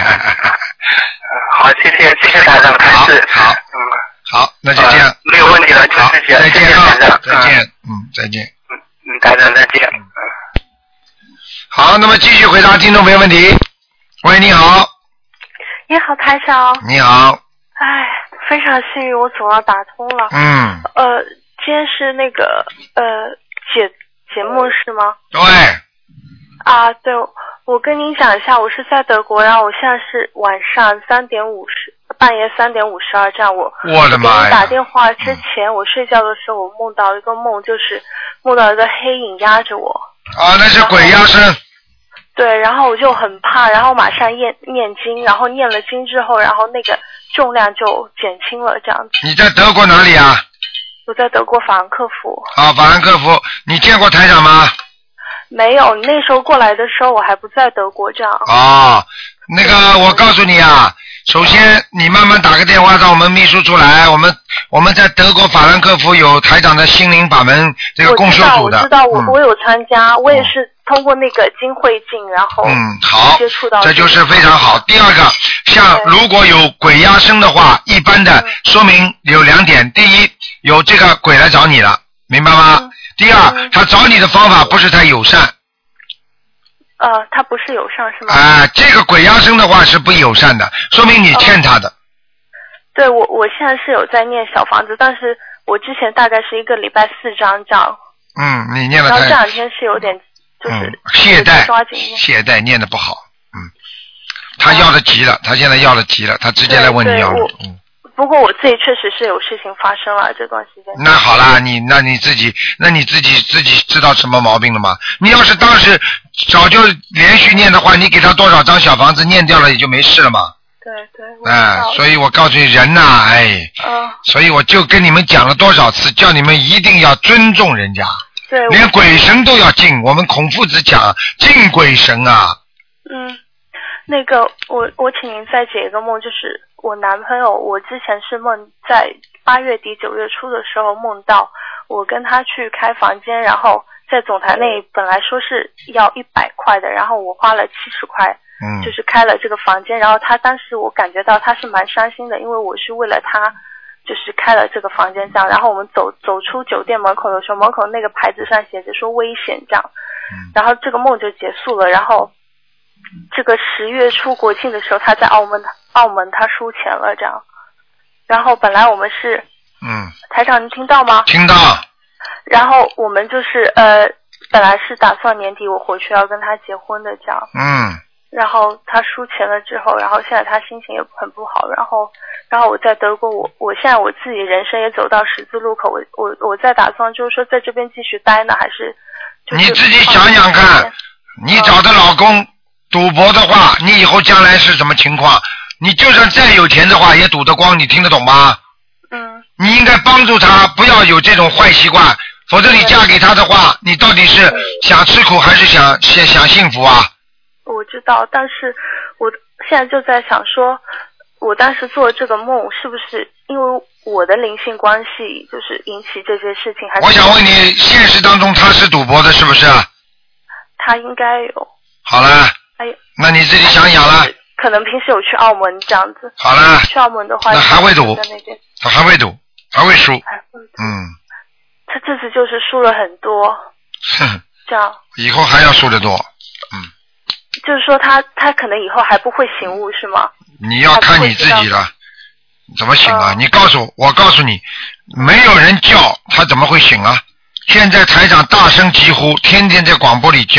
好，谢谢谢谢台长开示。 好，嗯，好，那就这样， 呃、没有问题了，就这些。 再见啊，再见， 嗯， 嗯，再见。 嗯嗯，台长再见。 好，那么继续回答听众朋友问题。喂，你好。 你好，台长。 你好。 哎，非常幸运，我总要打通了。 嗯。 呃，今天是那个呃解节目是吗？ 对。 啊，对，我跟您讲一下，我是在德国，然后我现在是晚上三点五十，半夜三点五十二这样。我我的妈呀！ 给你打电话之前，嗯、我睡觉的时候，我梦到一个梦，就是梦到一个黑影压着我。 啊，那是鬼压身。 对，然后我就很怕，然后马上念念经，然后念了经之后，然后那个重量就减轻了，这样子。 你在德国哪里啊？ 我在德国法兰克福。 啊，法兰克福，你见过台长吗？ 没有，你那时候过来的时候我还不在德国，这样。 哦，那个我告诉你啊，首先你慢慢打个电话到我们秘书处来，我们我们在德国法兰克福有台长的心灵法门这个共修组的。 我知道，我知道， 嗯、 我我有参加，我也是通过那个金慧镜，然后嗯好接触到、 这就是非常好。第二个，像如果有鬼压身的话，一般的说明有两点：第一，有这个鬼来找你了，明白吗？嗯、第二、嗯，他找你的方法不是太友善。 呃，他不是友善是吗？ 啊，这个鬼压身的话是不友善的，说明你欠他的。呃、 对，我我现在是有在念小房子，但是我之前大概是一个礼拜四张这样。 嗯，你念了太。 然后这两天是有点就是嗯懈怠，懈怠念得不好，嗯，他要的急了，他现在要的急了，他直接来问你要了，嗯。 不过我自己确实是有事情发生了这段时间。 那好啦，你那你自己，那你自己自己知道什么毛病了吗？你要是当时早就连续念的话，你给他多少张小房子念掉了也就没事了嘛。 对对。 哎，所以我告诉你，人呐、啊，哎， 嗯， 所以我就跟你们讲了多少次，叫你们一定要尊重人家。 对。 连鬼神都要敬，我们孔夫子讲敬鬼神啊。 嗯，那个我我请您再解一个梦，就是我男朋友，我之前是梦在八月底九月初的时候梦到我跟他去开房间，然后在总台内本来说是要一百块的，然后我花了七十块， 嗯， 就是开了这个房间，然后他当时我感觉到他是蛮伤心的，因为我是为了他就是开了这个房间这样，然后我们走走出酒店门口的时候，门口那个牌子上写着说危险这样，然后这个梦就结束了，然后这个十月初国庆的时候他在澳门澳门他输钱了这样，然后本来我们是嗯台长您听到吗？ 听到。 然后我们就是呃本来是打算年底我回去要跟他结婚的这样， 嗯， 然后他输钱了之后，然后现在他心情也很不好，然后然后我在德国，我我现在我自己人生也走到十字路口，我我我在打算就是说在这边继续待呢，还是你自己想想看，你找的老公赌博的话，你以后将来是什么情况？你就算再有钱的话也赌得光，你听得懂吗？ 嗯。 你应该帮助他不要有这种坏习惯，否则你嫁给他的话，你到底是想吃苦还是想想想幸福啊？ 我知道，但是我现在就在想说，我当时做这个梦是不是因为我的灵性关系就是引起这些事情？还是我想问你，现实当中他是赌博的是不是啊？ 他应该有。 好了。 哎呦。 那你自己想想了。 可能平时有去澳门这样子。 好了。 去澳门的话， 那还会赌。 在那边。 他还会赌，还会输。 还会赌。 嗯。 他这次就是输了很多。 哼。 这样。 以后还要输得多。 就是说他他可能以后还不会醒悟是吗？ 你要看你自己了，怎么醒啊？嗯、你告诉我，我告诉你，没有人叫他怎么会醒啊？现在台长大声疾呼，天天在广播里叫，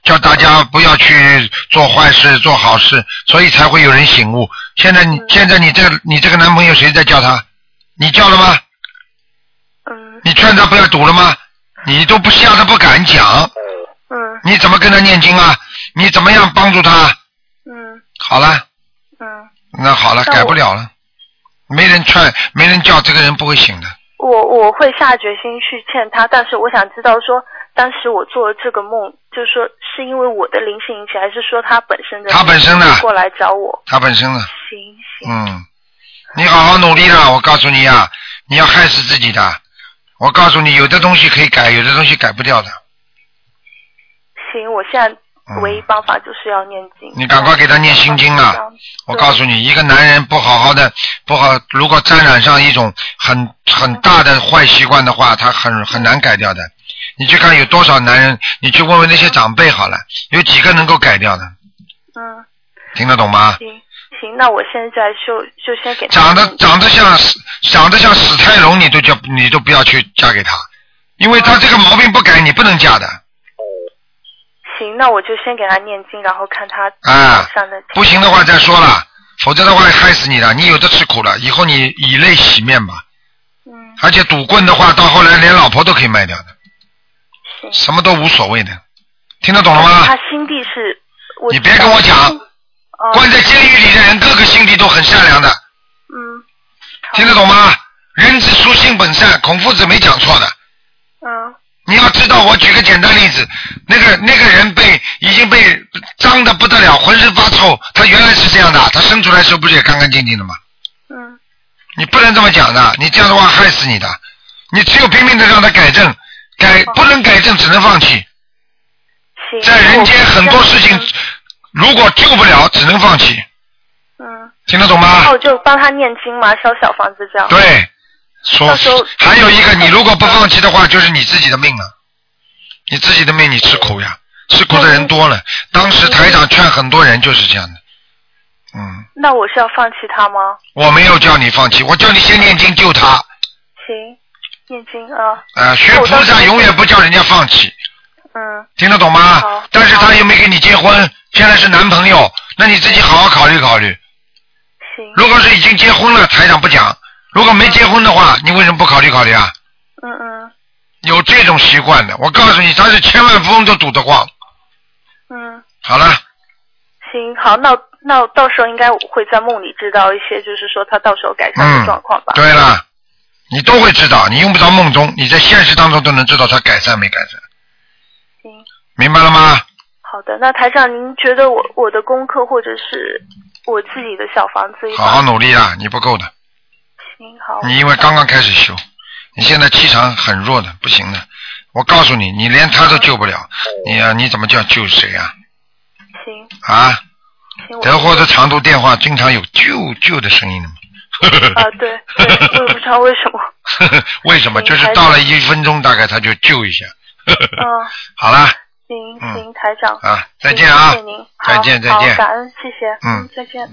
叫大家不要去做坏事做好事，所以才会有人醒悟。现在你、嗯、现在你这你这个男朋友谁在叫他？你叫了吗？ 嗯。 你劝他不要赌了吗？你都不吓得不敢讲。 嗯。 你怎么跟他念经啊？你怎么样帮助他？ 嗯。 好了。 嗯。 那好了，改不了了。没人劝，没人叫，这个人不会醒的。 我我会下决心去劝他，但是我想知道说，当时我做了这个梦，就是说是因为我的灵性引起，还是说他本身的他本身的过来找我？ 他本身的。 行行。 嗯，你好好努力了，我告诉你啊，你要害死自己的。我告诉你，有的东西可以改，有的东西改不掉的。 行，我现在唯一方法就是要念经。 你赶快给他念心经啊！我告诉你，一个男人不好好的，不好，如果沾染上一种很很大的坏习惯的话，他很很难改掉的。你去看有多少男人，你去问问那些长辈好了，有几个能够改掉的？ 嗯。 听得懂吗？ 行行，那我现在就就先给他。 长得长得像长得像史泰龙，你都叫你都不要去嫁给他，因为他这个毛病不改，你不能嫁的。 行，那我就先给他念经，然后看他啊， 上的。 不行的话再说了，否则的话害死你了，你有的吃苦了，以后你以泪洗面吧。 嗯。 而且赌棍的话，到后来连老婆都可以卖掉的，什么都无所谓的，听得懂了吗？ 他心地是， 你别跟我讲，哦、关在监狱里的人，个个心地都很善良的。 嗯。 听得懂吗？人之初性本善，孔夫子没讲错的。 嗯。 你要知道，我举个简单例子，那个那个人被已经被脏的不得了，浑身发臭，他原来是这样的，他生出来时候不是也干干净净的吗？ 嗯。 你不能这么讲的，你这样的话害死你的。你只有拼命的让他改正，改不能改正只能放弃。在人间很多事情，如果救不了，只能放弃。 嗯。 听得懂吗？ 那我就帮他念经嘛，烧小房子这样。 对。说还有一个，你如果不放弃的话，就是你自己的命了。你自己的命，你吃苦呀，吃苦的人多了。当时台长劝很多人就是这样的。嗯。 那我是要放弃他吗？ 我没有叫你放弃，我叫你先念经救他。 行，念经啊。 呃，学菩萨永远不叫人家放弃。 嗯。 听得懂吗？但是他又没跟你结婚，现在是男朋友，那你自己好好考虑考虑。 行。 如果是已经结婚了，台长不讲。如果没结婚的话，你为什么不考虑考虑啊？ 嗯嗯。 有这种习惯的，我告诉你，他是千万富翁都赌得光。 嗯。 好了。 行，好，那那到时候应该会在梦里知道一些，就是说他到时候改善的状况吧。 嗯、对了，你都会知道，你用不着梦中，你在现实当中都能知道他改善没改善。 行。 明白了吗？ 好的，那台长，您觉得我我的功课或者是我自己的小房子？ 好好努力啊，你不够的。 好， 你因为刚刚开始修，你现在气场很弱的，不行的。我告诉你，你连他都救不了，你啊，你怎么叫救谁啊？ 行。 啊？德国的长途电话经常有救救的声音的嘛。 啊，对对，我也不知道为什么。 为什么？就是到了一分钟，大概他就救一下。 嗯。 好了。 行行，台长。 啊，再见啊！ 谢谢您。 再见再见。 感恩，谢谢。 嗯， 再见。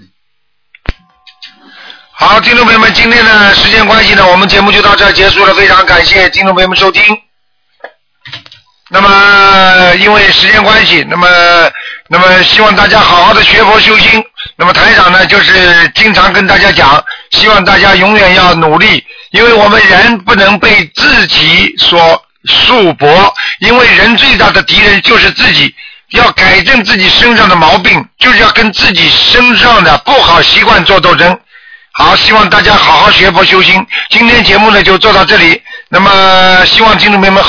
好，听众朋友们，今天的时间关系呢，我们节目就到这儿结束了。非常感谢听众朋友们收听。那么，因为时间关系，那么，那么希望大家好好的学佛修心。那么台长呢，就是经常跟大家讲，希望大家永远要努力，因为我们人不能被自己所束缚，因为人最大的敌人就是自己。要改正自己身上的毛病，就是要跟自己身上的不好习惯做斗争。好，希望大家好好学佛修心。今天节目呢就做到这里，那么希望听众朋友们好